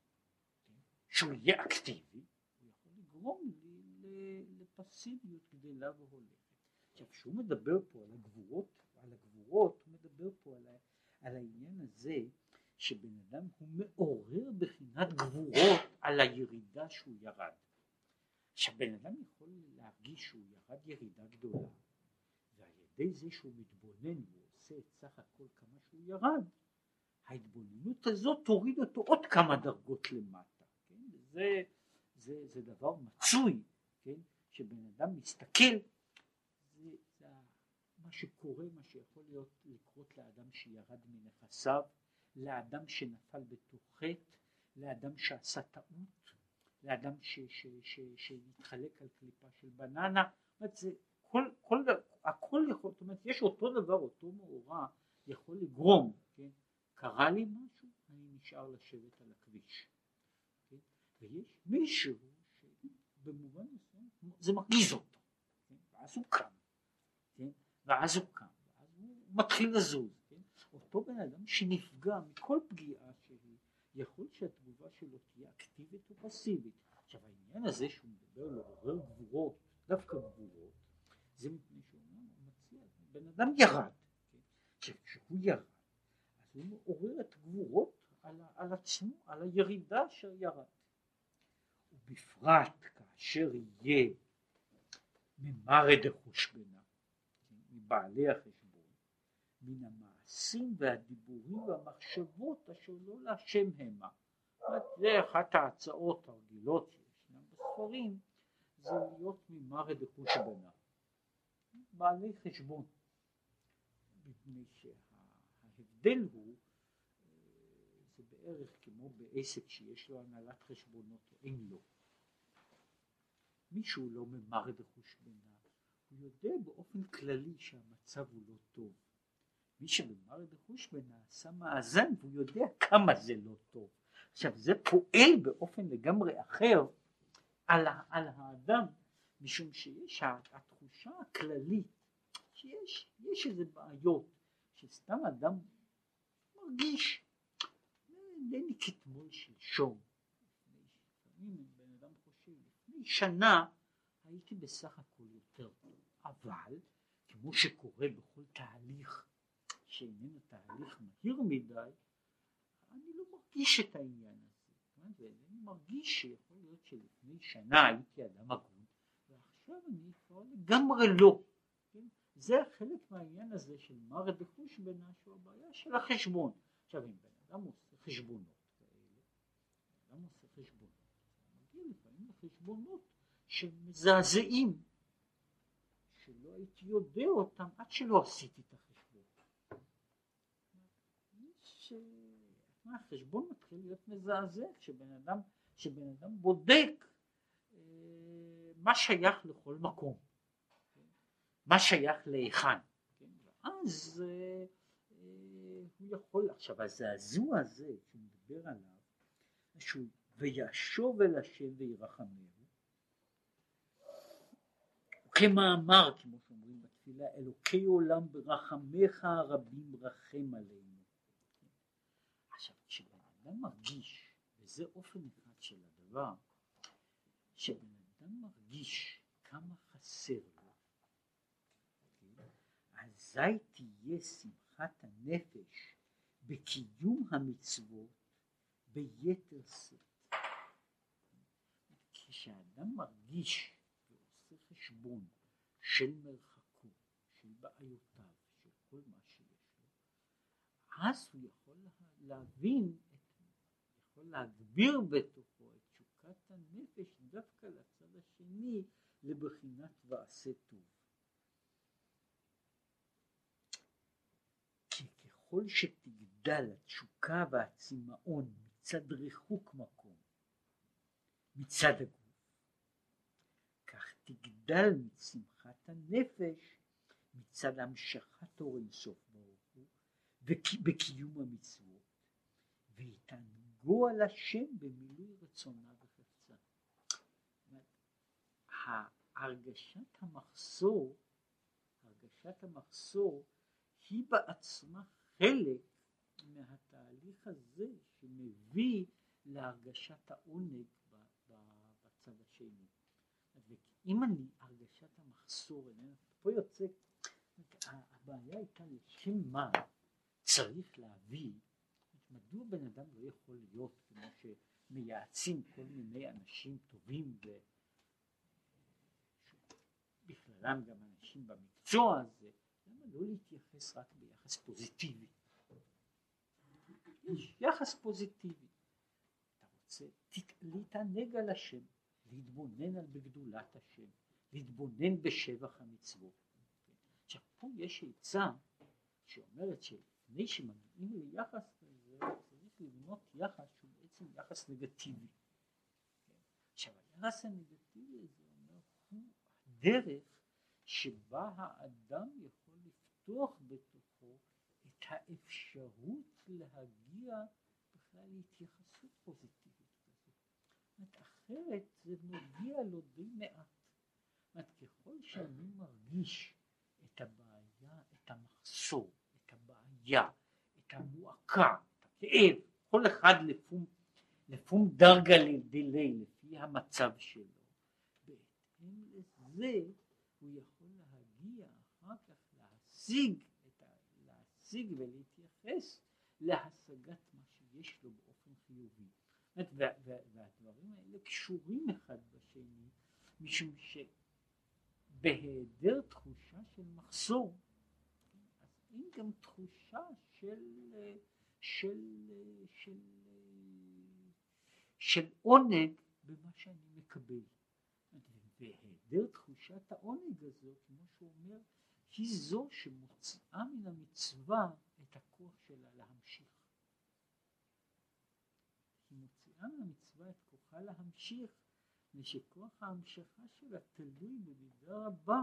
שהוא יהיה אקטיבי, הוא יכול לגרום לי לפסיביות גדלה והולכת. עכשיו, כשהוא מדבר פה על הגבורות, על הגבורות, הוא מדבר פה על, על העניין הזה, שבן אדם הוא מעורר בחינת גבורות על הירידה שהוא ירד. עכשיו בן אדם יכול להרגיש שהוא ירד ירידה גדולה, ועל ידי זה שהוא מתבונן ועושה את סך הכל כמה שהוא ירד, ההתבוננות הזאת תוריד אותו עוד כמה דרגות למטה. כן? זה, זה, זה דבר מצוי, כן? שבן אדם מסתכל, זה, זה מה שקורה, מה שיכול להיות לקרות לאדם שירד מנכסיו, לאדם שנפל בתוך חטא, לאדם שעשה טעות, לאדם ש, ש, ש, שהתחלק על קליפה של בננה. זאת אומרת, זה כל, כל, הכל יכול, זאת אומרת, יש אותו דבר, אותו מאורע יכול לגרום, כן? קרה לי משהו, אני נשאר לשבת על הכביש. כן? ויש מישהו שבמובן מסוים זה מרגיז אותו, כן? ואז הוא קם, כן? ואז הוא קם, ואז הוא מתחיל לזוז. אותו בן אדם שנפגע מכל פגיעה שהיא, יכול שהתגובה שלו תהיה אקטיבית או פסיבית. עכשיו העניין הזה שהוא מדבר לעורר גבורות, דווקא גבורות, זה מפני שהוא מציע, בן אדם ירד, כן? כשהוא ירד, אז הוא מעורר את גבורות על, על עצמו, על הירידה אשר ירד. ובפרט כאשר יהיה ממרד החושבנה, מבעלי החשבון, מן המעשים והדיבורים והמחשבות אשר לא להשם המה. זה אחת ההצעות הרגילות שישנם בספרים, זה להיות ממרד החושבנה, בעלי חשבון, מפני שההבדל הוא, זה בערך כמו בעסק שיש לו הנהלת חשבונות או אין לו. מישהו לא ממרד החושבנה, הוא יודע באופן כללי שהמצב הוא לא טוב. מי שבמרד החושבנה עשה מאזן והוא יודע כמה זה לא טוב. עכשיו זה פועל באופן לגמרי אחר על, על האדם, משום שיש התחושה הכללית שיש יש איזה בעיות שסתם אדם מרגיש די כתמול שלשום. לפעמים בן אדם חושב, לפני שנה הייתי בסך הכל יותר טוב, אבל כמו שקורה בכל תהליך שאיננו תהליך מהיר מדי, אני לא מרגיש את העניין הזה. ואני מרגיש שיכול להיות שלפני שנה הייתי אדם הגון, ועכשיו אני כבר לגמרי לא. כן? זה חלק מהעניין הזה של מרד החושבנה, שהוא הבעיה של החשבון. עכשיו אם בן אדם עושה חשבונות כאלה, בן אדם עושה חשבונות, מגיע לפעמים לחשבונות שמזעזעים, שלא הייתי יודע אותם עד שלא עשיתי את החשבון. החשבון מתחיל להיות מזעזע כשבן אדם, כשבן אדם בודק אה, מה שייך לכל מקום, כן? מה שייך להיכן, כן? ואז אה, אה, הוא יכול, עכשיו הזעזוע הזה שמדבר עליו, שהוא וישוב אל השם וירחמהו, כמאמר, כמו שאומרים בתפילה, בתפילה, אלוקי עולם ברחמך הרבים רחם עלינו. עכשיו כשבן אדם מרגיש, וזה אופן אחד של הדבר, שבן אדם מרגיש כמה חסר לו, אזי תהיה שמחת הנפש בקיום המצוות ביתר שאת. כשאדם מרגיש ועושה חשבון של מרחקו, של בעיותיו, של כל מה שיש לו, אז הוא יכול להבין, יכול להגביר בתוכו את תשוקת הנפש דווקא לצד השני, לבחינת ועשה טוב. כי ככל שתגדל התשוקה והצמאון מצד ריחוק מקום, מצד הגוף, כך תגדל מצמחת הנפש מצד המשכת אור אינסוף ברוך הוא ובקיום המצוות, והתענגו על השם במילוי רצונה וחפצה. הרגשת המחסור, הרגשת המחסור היא בעצמה חלק מהתהליך הזה שמביא להרגשת העונג בצד השני. אם אני הרגשת המחסור, פה יוצא, הבעיה הייתה לשם מה צריך להביא, מדוע בן אדם לא יכול להיות כמו שמייעצים כל מיני אנשים טובים ובכללם גם אנשים במקצוע הזה, למה לא להתייחס רק ביחס פוזיטיבי? יש יחס פוזיטיבי. אתה רוצה להתענג על השם, להתבונן על בגדולת השם, להתבונן בשבח המצוות. עכשיו פה יש עצה שאומרת שלפני שמגיעים ליחס כזה צריך לבנות יחס שהוא בעצם יחס נגטיבי. עכשיו היחס הנגטיבי הזה אומר הוא הדרך שבה האדם יכול לפתוח בתוכו את האפשרות להגיע בכלל להתייחסות פוזיטיבית כזאת. אחרת זה מגיע לו די מעט. ככל שאני מרגיש את הבעיה, את המחסור, את הבעיה, את המועקה, את הכאב, כל אחד לפום, לפום דרגה לדילי, לפי המצב שלו, בהתאם לזה הוא יכול להגיע אחר כך להשיג, את ה, להשיג ולהתייחס להשגת מה שיש לו באופן חיובי. והדברים האלה קשורים אחד בשני, משום שבהיעדר תחושה של מחסור, אז אין גם תחושה של, של, של, של עונג במה שאני מקבל. והיעדר תחושת העונג הזאת, כמו שהוא אומר, היא זו שמוציאה מן המצווה את הכוח שלה להמשיך. היא מוציאה מן המצווה את כוחה להמשיך, ושכוח ההמשכה שלה תלוי במידה רבה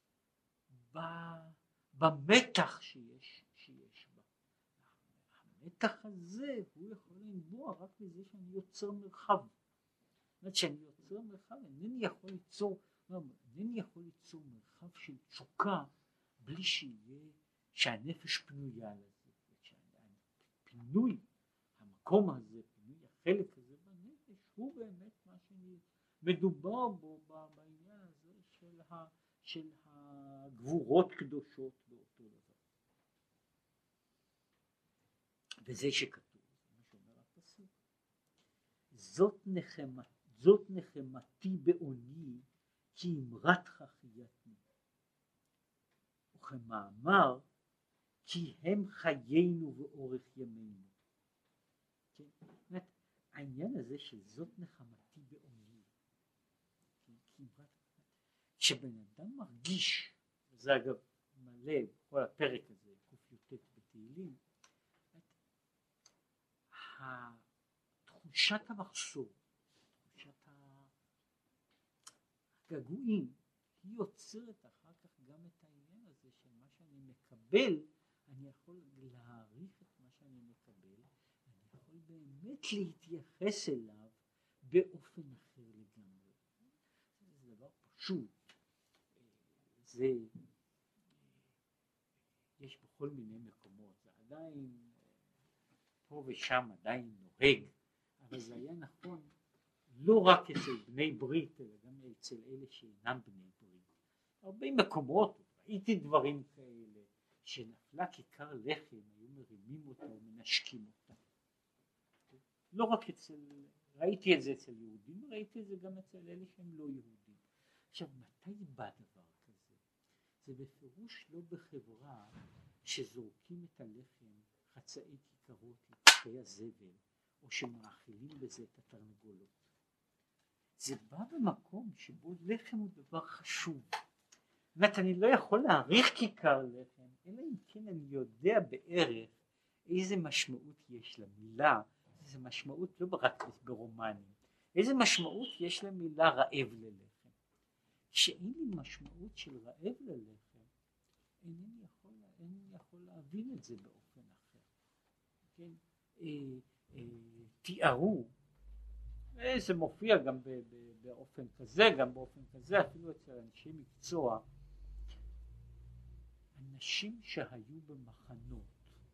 במתח שיש, שיש בה. המתח הזה הוא יכול לנבוע רק בזה שאני יוצר מרחב. זאת אומרת שאני יוצר מרחב, אינני יכול ליצור, אינני יכול ליצור מרחב של תשוקה בלי שיהיה, שהנפש פנויה לזה. פינוי המקום הזה, פינוי החלק הזה בנפש, הוא באמת מה שמדובר בו בעניין הזה של, ה, של הגבורות קדושות באותו דבר. וזה שכתוב, מה שאומר הפסוק, זאת נחמת, זאת נחמתי בעוני, כי אמרתך חייתני. וכמאמר, כי הם חיינו ואורך ימינו. כן? זאת אומרת, העניין הזה שזאת נחמתי בעוני, כן? כי אמרת, כשבן אדם מרגיש, וזה אגב מלא כל הפרק הזה, ק"ט בתהילים, תחושת המחסור, תחושת הגעגועים, היא יוצרת אחר כך גם את העניין הזה של מה שאני מקבל, אני יכול להעריך את מה שאני מקבל, אני יכול באמת להתייחס אליו באופן אחר לגמרי. זה דבר פשוט. זה יש בכל מיני מקומות, זה עדיין פה ושם עדיין נוהג, אבל זה היה נכון לא רק אצל בני ברית, אלא גם אצל אלה שאינם בני ברית. הרבה מקומות, ראיתי דברים כאלה, שנפלה כיכר לחם, היו מרימים אותה ומנשקים אותה. לא רק אצל, ראיתי את זה אצל יהודים, ראיתי את זה גם אצל אלה שהם לא יהודים. עכשיו, מתי בא דבר כזה? זה בפירוש לא בחברה שזורקים את הלחם חצאי כיכרות לפחי הזבל, או שמאכילים בזה את התרנגולות. זה בא במקום שבו לחם הוא דבר חשוב. זאת אומרת, אני לא יכול להעריך כיכר לחם, אלא אם כן אני יודע בערך איזה משמעות יש למילה, איזה משמעות לא רק ברומנים, איזה משמעות יש למילה רעב ללחם. כשאין לי משמעות של רעב ללחם, אינני יכול, אינני יכול להבין את זה באופן אחר. כן? אה, אה, תיארו, זה מופיע גם ב, ב, באופן כזה, גם באופן כזה, אפילו אצל אנשי מקצוע, אנשים שהיו במחנות,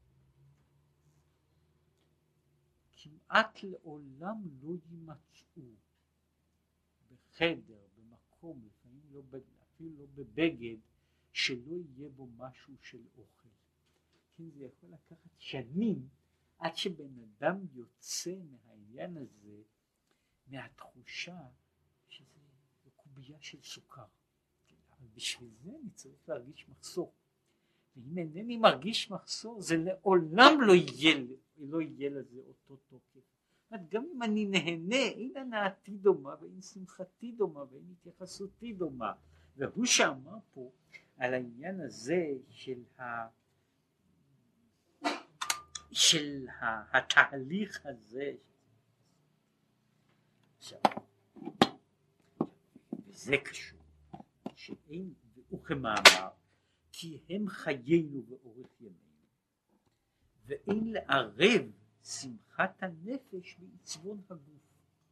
כמעט לעולם לא יימצאו בחדר, במקום, לפעמים לא, אפילו לא בבגד, שלא יהיה בו משהו של אוכל. כן, זה יכול לקחת שנים עד שבן אדם יוצא מהעניין הזה, מהתחושה שזה קובייה של סוכר. כן, אבל בשביל זה אני צריך להרגיש מחסור. ואם אינני מרגיש מחסור, זה לעולם לא יהיה, לא יהיה לזה אותו תוקף. גם אם אני נהנה, אין הנאתי דומה, ואין שמחתי דומה, ואין התייחסותי דומה. והוא שאמר פה על העניין הזה של, ה... של ה... התהליך הזה. עכשיו, וזה קשור, שאין, והוא כמאמר, כי הם חיינו ואורך ימינו, ואין לערב שמחת הנפש בעצבון הגוף.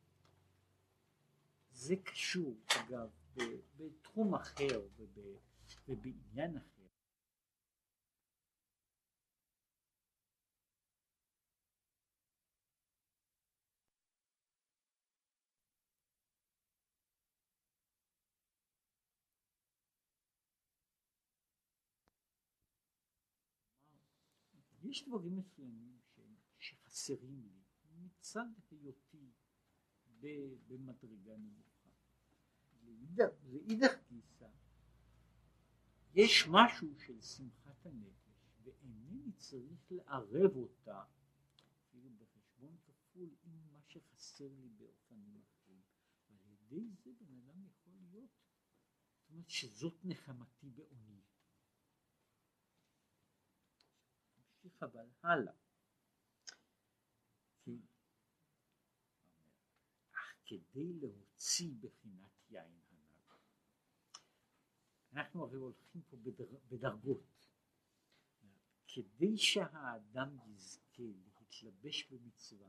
זה קשור, אגב, בתחום אחר ובעניין אחר. יש דברים מסוימים שחסרים לי מצד היותי במדרגה נמוכה. לאידך גיסא יש משהו של שמחת הנפש, ואינני צריך לערב אותה אפילו בחשבון כפול עם מה שחסר לי באופנים אחרים. ועל ידי זה בן אדם יכול להיות, זאת אומרת שזאת נחמתי בעוני. נמשיך אבל הלאה. כי אך כדי להוציא בחינת יין הנ"ל, אנחנו הרי הולכים פה בדר, בדרגות. כדי שהאדם יזכה להתלבש במצווה,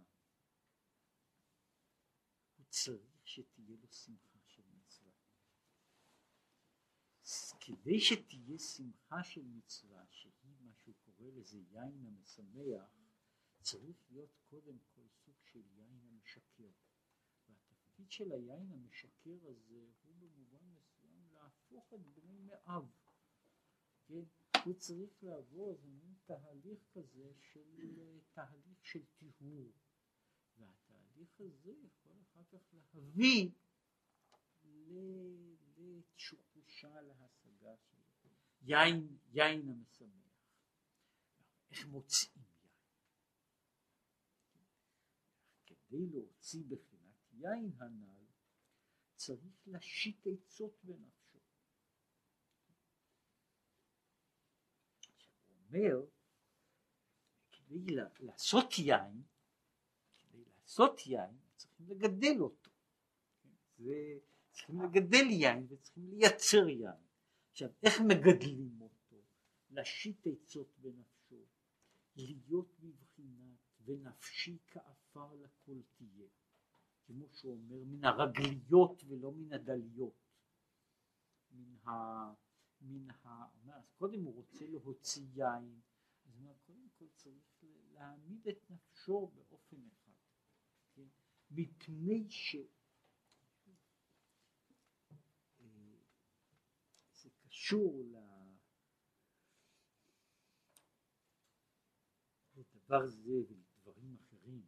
הוא צריך שתהיה לו שמחה של מצווה. כדי שתהיה שמחה של מצווה, שהיא מה שהוא קורא לזה יין המשמח, צריך להיות קודם כל סוג של יין המשקר. והתפקיד של היין המשקר הזה הוא במובן מסוים להפוך את בני מאב. כן? הוא צריך לעבור איזה מין תהליך כזה של תהליך של טיהור. והתהליך הזה יכול אחר כך להביא לתשוקה להשגה שלו. יין, יין המשמח. איך מוצאים יין? כדי להוציא בחינת יין הנ"ל צריך להשית עצות בנפשו. הוא אומר, כדי לעשות יין, כדי לעשות יין צריכים לגדל אותו. זה, צריכים לגדל יין וצריכים לייצר יין. עכשיו, איך מגדלים אותו? להשית עצות בנפשו, להיות בבחינת ונפשי כעפר לכל תהיה, כמו שהוא אומר, מן הרגליות ולא מן הדליות, מן, ה, מן ה... אז קודם הוא רוצה להוציא יין, אז הוא אומר, קודם כל צריך להעמיד את נפשו באופן אחד, כן? מפני ש... זה קשור לדבר זה ולדברים אחרים.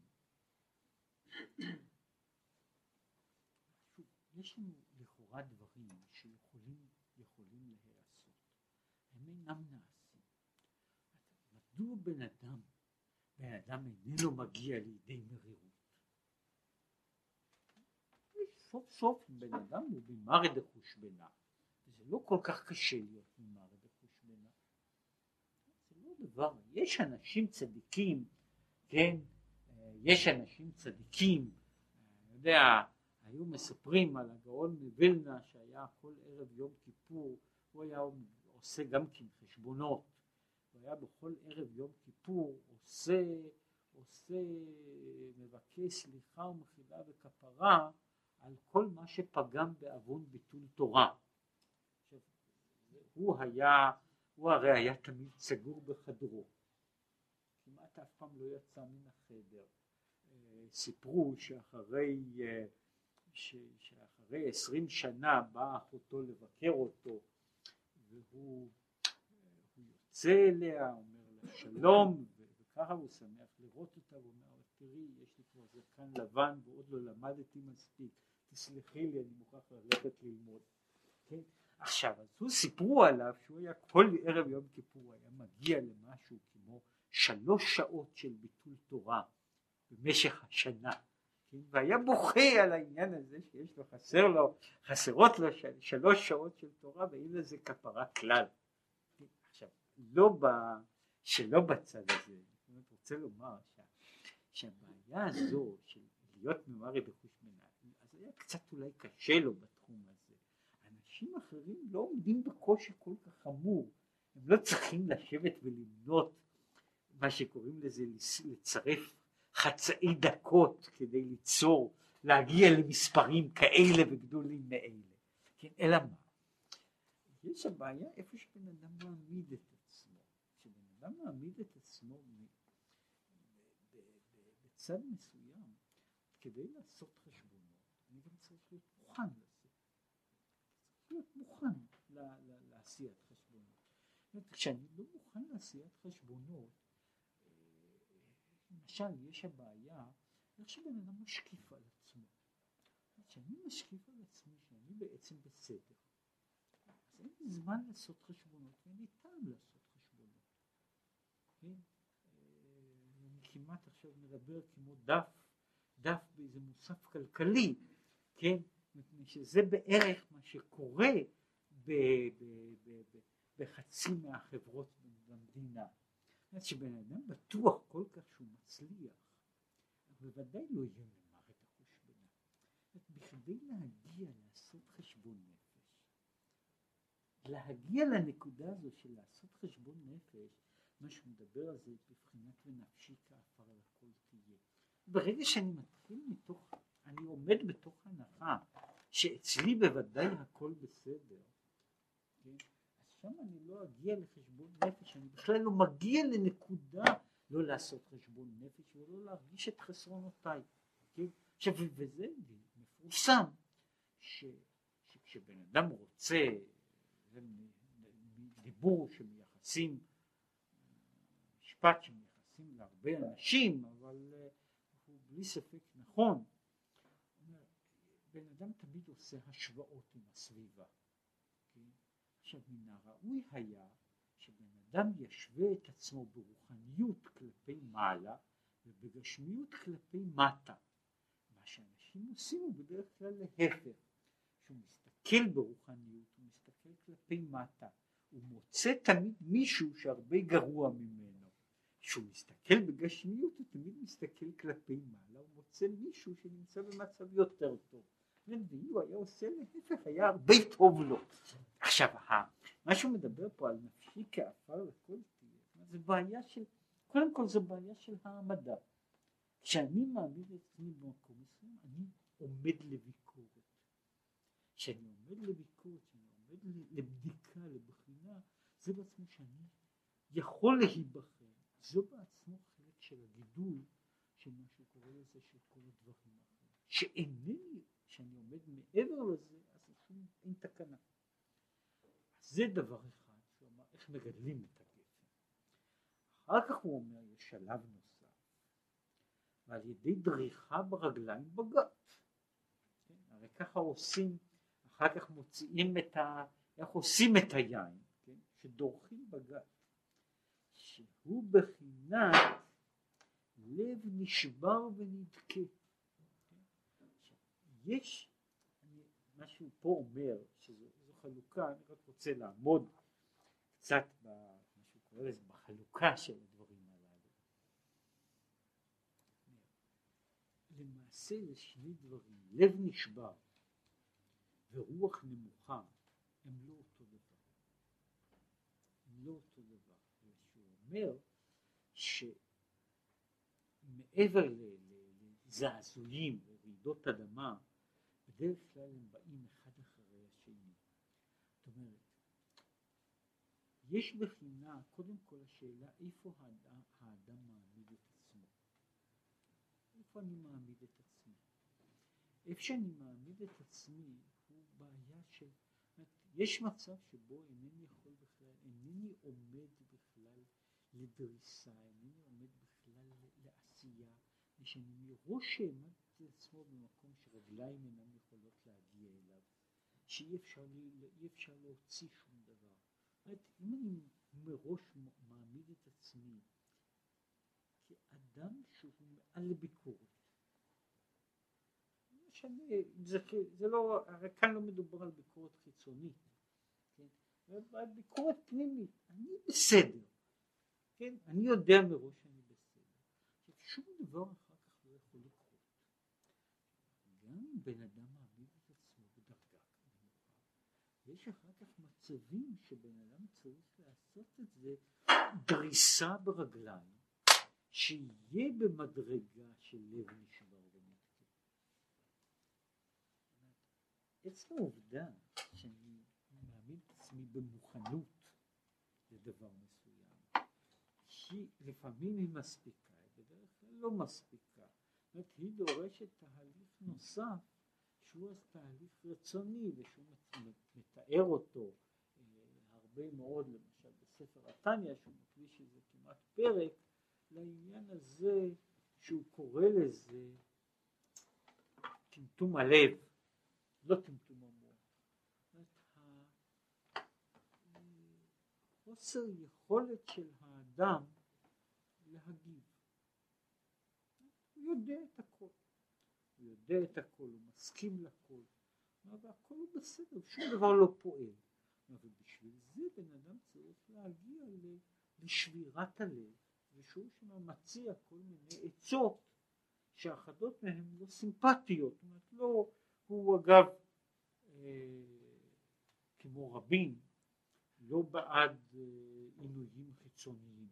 יש לנו לכאורה דברים שיכולים יכולים להיעשות, הם אינם נעשים. מדוע בן אדם, בן אדם איננו מגיע לידי מרירות? סוף סוף בן אדם הוא במרא דחושבנא, וזה לא כל כך קשה להיות במרא דחושבנא. זה לא דבר, יש אנשים צדיקים, כן, יש אנשים צדיקים, אני יודע, היו מספרים על הגאון מווילנה שהיה כל ערב יום כיפור, הוא היה עושה גם כן חשבונות, הוא היה בכל ערב יום כיפור עושה, עושה, מבקש סליחה ומחילה וכפרה על כל מה שפגם בעוון ביטול תורה. הוא היה, הוא הרי היה תמיד סגור בחדרו, כמעט אף פעם לא יצא מן החדר. סיפרו שאחרי ש, שאחרי עשרים שנה באה אחותו לבקר אותו, והוא הוא יוצא אליה, אומר לה שלום, וככה הוא שמח לראות אותה, הוא אומר, תראי, יש לי כבר זקן לבן ועוד לא למדתי מספיק, תסלחי לי, אני מוכרח ללכת ללמוד. כן? עכשיו, אז הוא סיפרו עליו שהוא היה כל ערב יום כיפור, היה מגיע למשהו כמו שלוש שעות של ביטול תורה במשך השנה, כן? והיה בוכה על העניין הזה שיש לו, חסר לו, חסרות לו של, שלוש שעות של תורה, ואין לזה כפרה כלל. כן? עכשיו, לא ב, שלא בצד הזה, אני רוצה לומר שה, שהבעיה הזו של להיות ממרא דחושבנא, אז היה קצת אולי קשה לו בתחום הזה. אנשים אחרים לא עומדים בקושי כל כך חמור, הם לא צריכים לשבת ולמנות מה שקוראים לזה לצרף חצאי דקות כדי ליצור, להגיע למספרים כאלה וגדולים מאלה, כן? אלא מה? יש הבעיה איפה שבן אדם מעמיד את עצמו, שבן אדם מעמיד את עצמו בצד מסוים, כדי לעשות חשבונות, אני גם צריך להיות מוכן לעשות, צריך להיות מוכן לעשיית חשבונות. כשאני לא מוכן לעשיית חשבונות, למשל יש הבעיה איך שבן אדם משקיף על עצמו. כשאני משקיף על עצמי שאני בעצם בסדר, אז אין לי זמן לעשות חשבונות ואין לי טעם לעשות חשבונות. כן? אני כמעט עכשיו מדבר כמו דף, דף באיזה מוסף כלכלי, כן? שזה בערך מה שקורה ב, ב, ב, ב, בחצי מהחברות במדינה. אז שבן אדם בטוח כל כך שהוא מצליח, בוודאי לא יהיה ממרא דחושבנא. בכדי להגיע לעשות חשבון נפש, להגיע לנקודה הזו של לעשות חשבון נפש, מה שמדבר על זה בבחינת ונפשי כעפר על הכל תהיה. ברגע שאני מתחיל מתוך, אני עומד בתוך הנחה שאצלי בוודאי הכל בסדר, כן? שם אני לא אגיע לחשבון נפש, אני בכלל לא מגיע לנקודה לא לעשות חשבון נפש ולא להרגיש את חסרונותיי. כן? עכשיו, וזה מפורסם, ש, שכשבן אדם רוצה, זה דיבור שמייחסים, משפט שמייחסים להרבה אנשים, אבל הוא בלי ספק נכון, בן אדם תמיד עושה השוואות עם הסביבה. כן? עכשיו, מן הראוי היה שבן אדם ישווה את עצמו ברוחניות כלפי מעלה ובגשמיות כלפי מטה. מה שאנשים עושים הוא בדרך כלל להפך, שהוא מסתכל ברוחניות, הוא מסתכל כלפי מטה, הוא מוצא תמיד מישהו שהרבה גרוע ממנו. כשהוא מסתכל בגשמיות הוא תמיד מסתכל כלפי מעלה, הוא מוצא מישהו שנמצא במצב יותר טוב. ואילו היה עושה להפך, היה הרבה טוב לו. עכשיו, מה שהוא מדבר פה על נפשי כעפר לכל תהיה, זה בעיה של, קודם כל זו בעיה של העמדה. כשאני מעמיד את עצמי במקום מסוים, אני עומד לביקורת. כשאני עומד לביקורת, כשאני עומד לבדיקה, לבחינה, זה בעצמו שאני יכול להיבחר, זו בעצמו חלק של הגידול של מה שקורא לזה של כל הדברים האחרים, שאינני, שאני עומד מעבר לזה, אז שום, אין תקנה. זה דבר אחד, שהוא אמר, איך מגדלים את הגפן. אחר כך הוא אומר, יש שלב נוסף, ועל ידי דריכה ברגליים בגת. כן? הרי ככה עושים, אחר כך מוציאים את ה... איך עושים את היין, כן? שדורכים בגת. שהוא בחינת לב נשבר ונדכה. יש, אני, מה שהוא פה אומר, שזו חלוקה, אני רק רוצה לעמוד קצת במה שהוא קורא לזה, בחלוקה של הדברים הללו. למעשה זה שני דברים, לב נשבר ורוח נמוכה, הם לא אותו דבר. הם לא אותו דבר. שהוא אומר שמעבר לזעזועים ורעידות אדמה, בדרך כלל הם באים אחד אחרי השני. זאת אומרת, יש בחינה, קודם כל השאלה, איפה האדם, האדם מעמיד את עצמו? איפה אני מעמיד את עצמי? איפה שאני מעמיד את עצמי הוא בעיה של, יש מצב שבו אינני יכול בכלל, אינני עומד בכלל לדריסה, אינני עומד בכלל לעשייה, ושאני מראש העמדתי את עצמו במקום שרגליים אינן יכולות להגיע אליו, שאי אפשר, אי אפשר להוציא שום דבר. זאת אומרת, אם אני מראש מעמיד את עצמי כאדם שהוא מעל לביקורת, משנה, זה, זה לא, הרי כאן לא מדובר על ביקורת חיצונית, כן? על ביקורת פנימית, אני בסדר, כן? אני יודע מראש שאני בסדר. שום דבר אחר כך לא יכול לקרות. גם אם בן אדם מעמיד את עצמו בדרגה נמוכה, יש אחר כך מצבים שבן אדם צריך לעשות את זה דריסה ברגליים, שיהיה במדרגה של לב נשבר ונתקה. עצם העובדה שאני מעמיד את עצמי במוכנות לדבר מסוים, היא לפעמים היא מספיקה, בדרך כלל לא מספיקה. זאת אומרת, היא דורשת תהליך נוסף, שהוא אז תהליך רצוני, ושהוא מתאר אותו אה, הרבה מאוד, למשל בספר התניא, שהוא מקדיש איזה כמעט פרק, לעניין הזה שהוא קורא לזה טמטום הלב, לא טמטום המוח. חוסר יכולת של האדם להגיב. הוא יודע את הכל. הוא יודע את הכל, הוא מסכים לכל. והכל הוא בסדר, שום דבר לא פועל. ובשביל זה בן אדם צריך להגיע לשבירת הלב, ושהוא שם מציע כל מיני עצות שאחדות מהן לא סימפטיות. זאת אומרת, לא, הוא אגב, אה, כמו רבים, לא בעד אה, עינויים חיצוניים.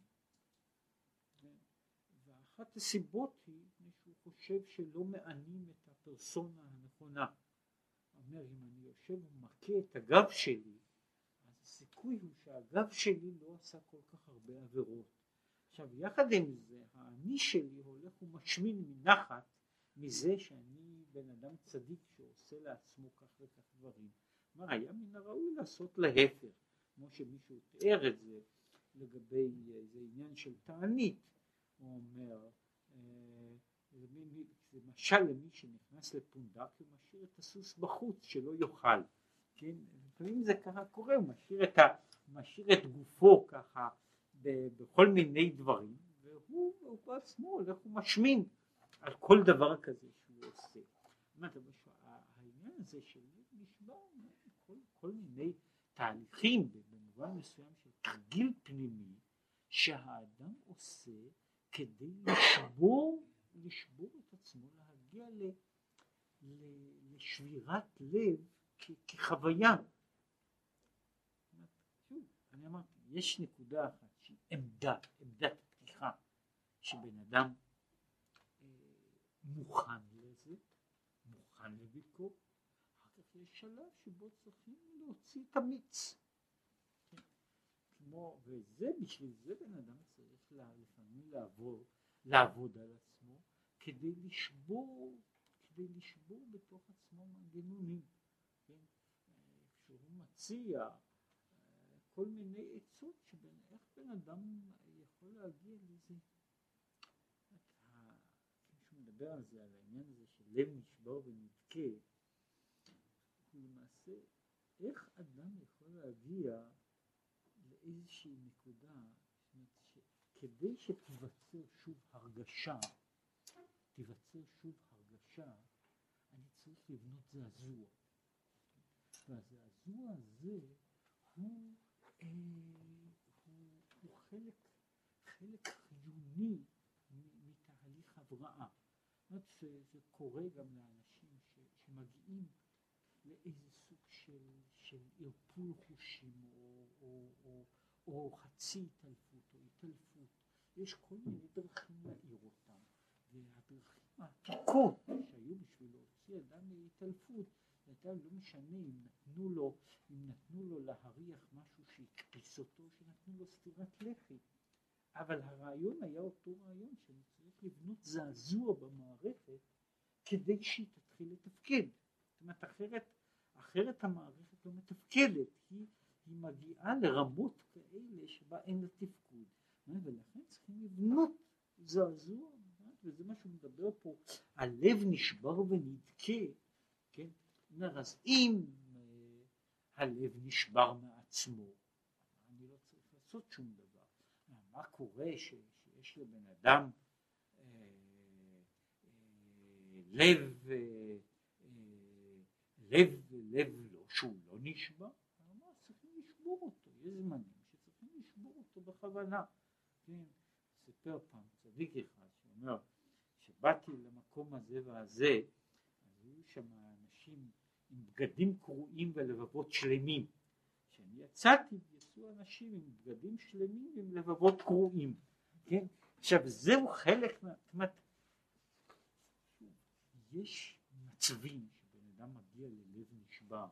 ואחת הסיבות היא שהוא חושב שלא מענים את הפרסונה הנכונה. אומר, אם אני יושב ומכה את הגב שלי, אז הסיכוי הוא שהגב שלי לא עשה כל כך הרבה עבירות. עכשיו, יחד עם זה, האני שלי הולך ומשמין מנחת מזה שאני בן אדם צדיק שעושה לעצמו כך וכך דברים. מה, היה מן הראוי לעשות להפך, כמו שמישהו תיאר את זה לגבי איזה עניין של תענית. הוא אומר, זה משל למי שנכנס לפונדק ומשאיר את הסוס בחוץ שלא יאכל, כן? לפעמים זה ככה קורה, הוא משאיר את, ה, משאיר את גופו ככה בכל מיני דברים, והוא, הוא בעצמו הולך ומשמין על כל דבר כזה שהוא עושה. העניין הזה של נשבר כל, כל מיני תהליכים במובן מסוים של תרגיל פנימי שהאדם עושה כדי לשבור, לשבור את עצמו, להגיע ל, ל, לשבירת לב כ, כחוויה. שוב, אני אמרתי, יש נקודה אחת שהיא עמדה, עמדת פתיחה, שבן אדם אה, מוכן לזה, מוכן לביקור. אחר כך זה שלב שבו צריכים להוציא את המיץ. כמו, וזה, בשביל זה בן אדם צריך לה, לפעמים לעבור, לעבוד על עצמו, כדי לשבור, כדי לשבור בתוך עצמו מנגנונים. כן? כשהוא מציע כל מיני עצות שבין איך בן אדם יכול להגיע לזה. כשהוא מדבר על זה, על העניין הזה של לב נשבר ונדכה, הוא למעשה, איך אדם יכול להגיע לאיזושהי נקודה, כדי שתיווצר שוב הרגשה, תיווצר שוב הרגשה, אני צריך לבנות זעזוע. והזעזוע הזה הוא, אה, הוא, הוא חלק, חלק חיוני מתהליך הבראה. זה, זה קורה גם לאנשים ש, שמגיעים לאיזה סוג של, של ערפול חושים או, או, או, או חצי התעלפות או התעלפות. יש כל מיני דרכים להעיר אותם, והדרכים העתיקות שהיו בשביל להוציא אדם מהתעלפות, אדם לא משנה אם נתנו לו, אם נתנו לו להריח משהו שהקפיץ אותו, שנתנו לו סטירת לחי. אבל הרעיון היה אותו רעיון שאני צריך לבנות זעזוע במערכת כדי שהיא תתחיל לתפקד. זאת אומרת, אחרת, אחרת המערכת לא מתפקדת, היא, היא מגיעה לרמות כאלה שבה אין לה תפקוד. ולכן צריכים לבנות זעזוע, וזה מה שהוא מדבר פה, הלב נשבר ונדכה, כן? אז אם הלב נשבר מעצמו, אני לא צריך לעשות שום דבר. מה קורה שיש לבן אדם אה, אה, לב, אה, לב, לב לא, שהוא לא נשבר, אבל צריכים לשבור אותו, יש זמנים שצריכים לשבור אותו בכוונה. כן, ספר פעם צדיק אחד שאומר, שבאתי למקום הזה והזה, אז היו שם אנשים עם בגדים קרועים ולבבות שלמים. כשאני יצאתי, יצאו אנשים עם בגדים שלמים ועם לבבות קרועים. כן? עכשיו זהו חלק, זאת אומרת, יש מצבים שבן אדם מגיע ללב נשבר,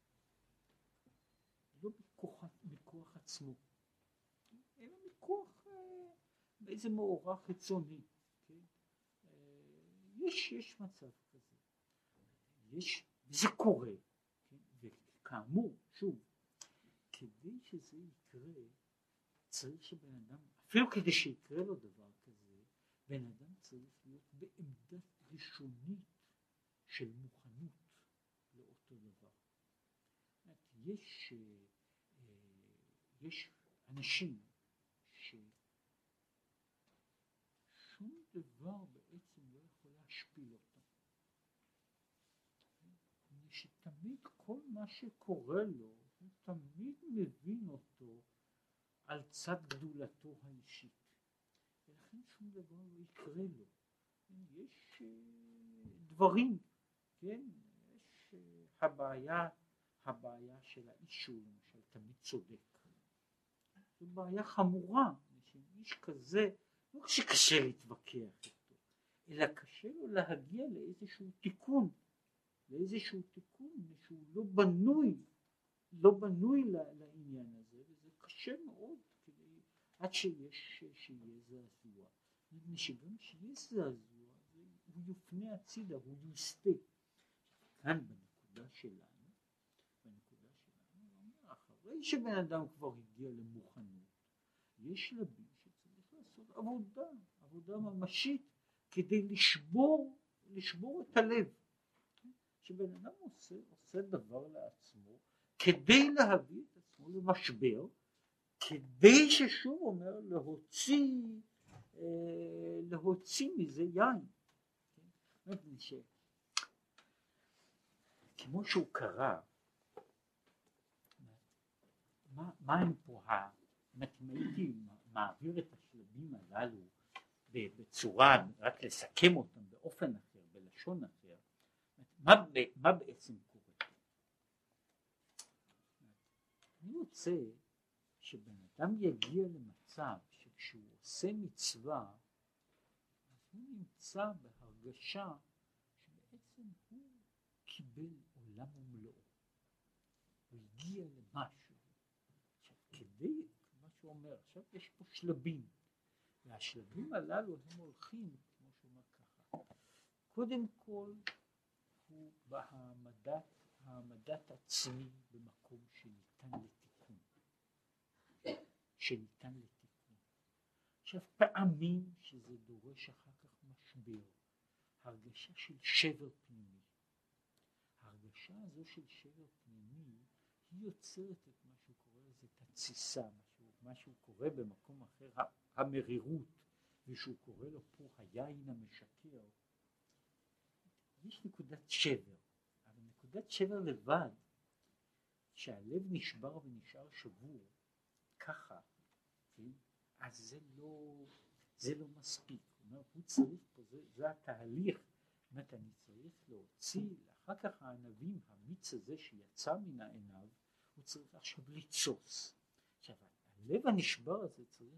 לא בכוח, בכוח עצמו, אלא מכוח באיזה מאורע חיצוני. כן? יש, יש מצב כזה. יש, זה קורה. כן? וכאמור, שוב, כדי שזה יקרה, צריך שבן אדם, אפילו כדי שיקרה לו דבר כזה, בן אדם צריך להיות בעמדה ראשונית של מוכנות לאותו דבר. יש, יש אנשים ששום דבר בעצם לא יכול להשפיל אותם. שתמיד כל מה שקורה לו, הוא תמיד מבין אותו על צד גדולתו האישית. ולכן שום דבר לא יקרה לו. יש דברים, כן? יש הבעיה, הבעיה של האיש שהוא למשל תמיד צודק. זו בעיה חמורה, איש כזה, לא שקשה להתווכח איתו, אלא קשה לו להגיע לאיזשהו תיקון, לאיזשהו תיקון שהוא לא בנוי, לא בנוי לעניין הזה, וזה קשה מאוד כדי, עד שיש, שיהיה זעזוע. שגם שיש זעזוע, הוא יופנה הצידה, הוא יוסתה. כאן בנקודה שלנו, בנקודה שלנו, אחרי שבן אדם כבר הגיע למוכנות, יש שלבים שצריך לעשות עבודה, עבודה ממשית, כדי לשבור, לשבור את הלב. שבן אדם עושה, עושה דבר לעצמו, כדי להביא את עצמו למשבר, כדי ששוב אומר להוציא, אה, להוציא מזה יין. ש... כמו שהוא קרא, מה, מה הם פה, אם הייתי מעביר את השלבים הללו בצורה, רק לסכם אותם באופן אחר, בלשון אחר, מה, מה בעצם קורה? אני רוצה שבן אדם יגיע למצב שכשהוא עושה מצווה, אז הוא נמצא בהרגשה שבעצם הוא קיבל עולם. עולם ומלואו. הוא הגיע למשהו. עכשיו כדי, מה שהוא אומר, עכשיו יש פה שלבים, והשלבים הללו הם הולכים, כמו שהוא אומר ככה, קודם כל הוא בהעמדת, העמדת עצמי במקום שניתן לתיקון, שניתן לתיקון. עכשיו פעמים שזה דורש אחר כך משבר, הרגשה של שבר פנימי. ההרגשה הזו של שבר פנימי היא יוצרת את מה שהוא קורא לזה את התסיסה, מה שהוא קורא במקום אחר המרירות, ושהוא קורא לו פה היין המשקר. יש נקודת שבר, אבל נקודת שבר לבד, שהלב נשבר ונשאר שבור ככה, כן? אז זה לא, זה לא מספיק. הוא אומר, הוא צריך פה, זה, זה התהליך. זאת אומרת, אני צריך להוציא, אחר כך הענבים, המיץ הזה שיצא מן העיניו, הוא צריך עכשיו ליצוס. עכשיו, הלב הנשבר הזה צריך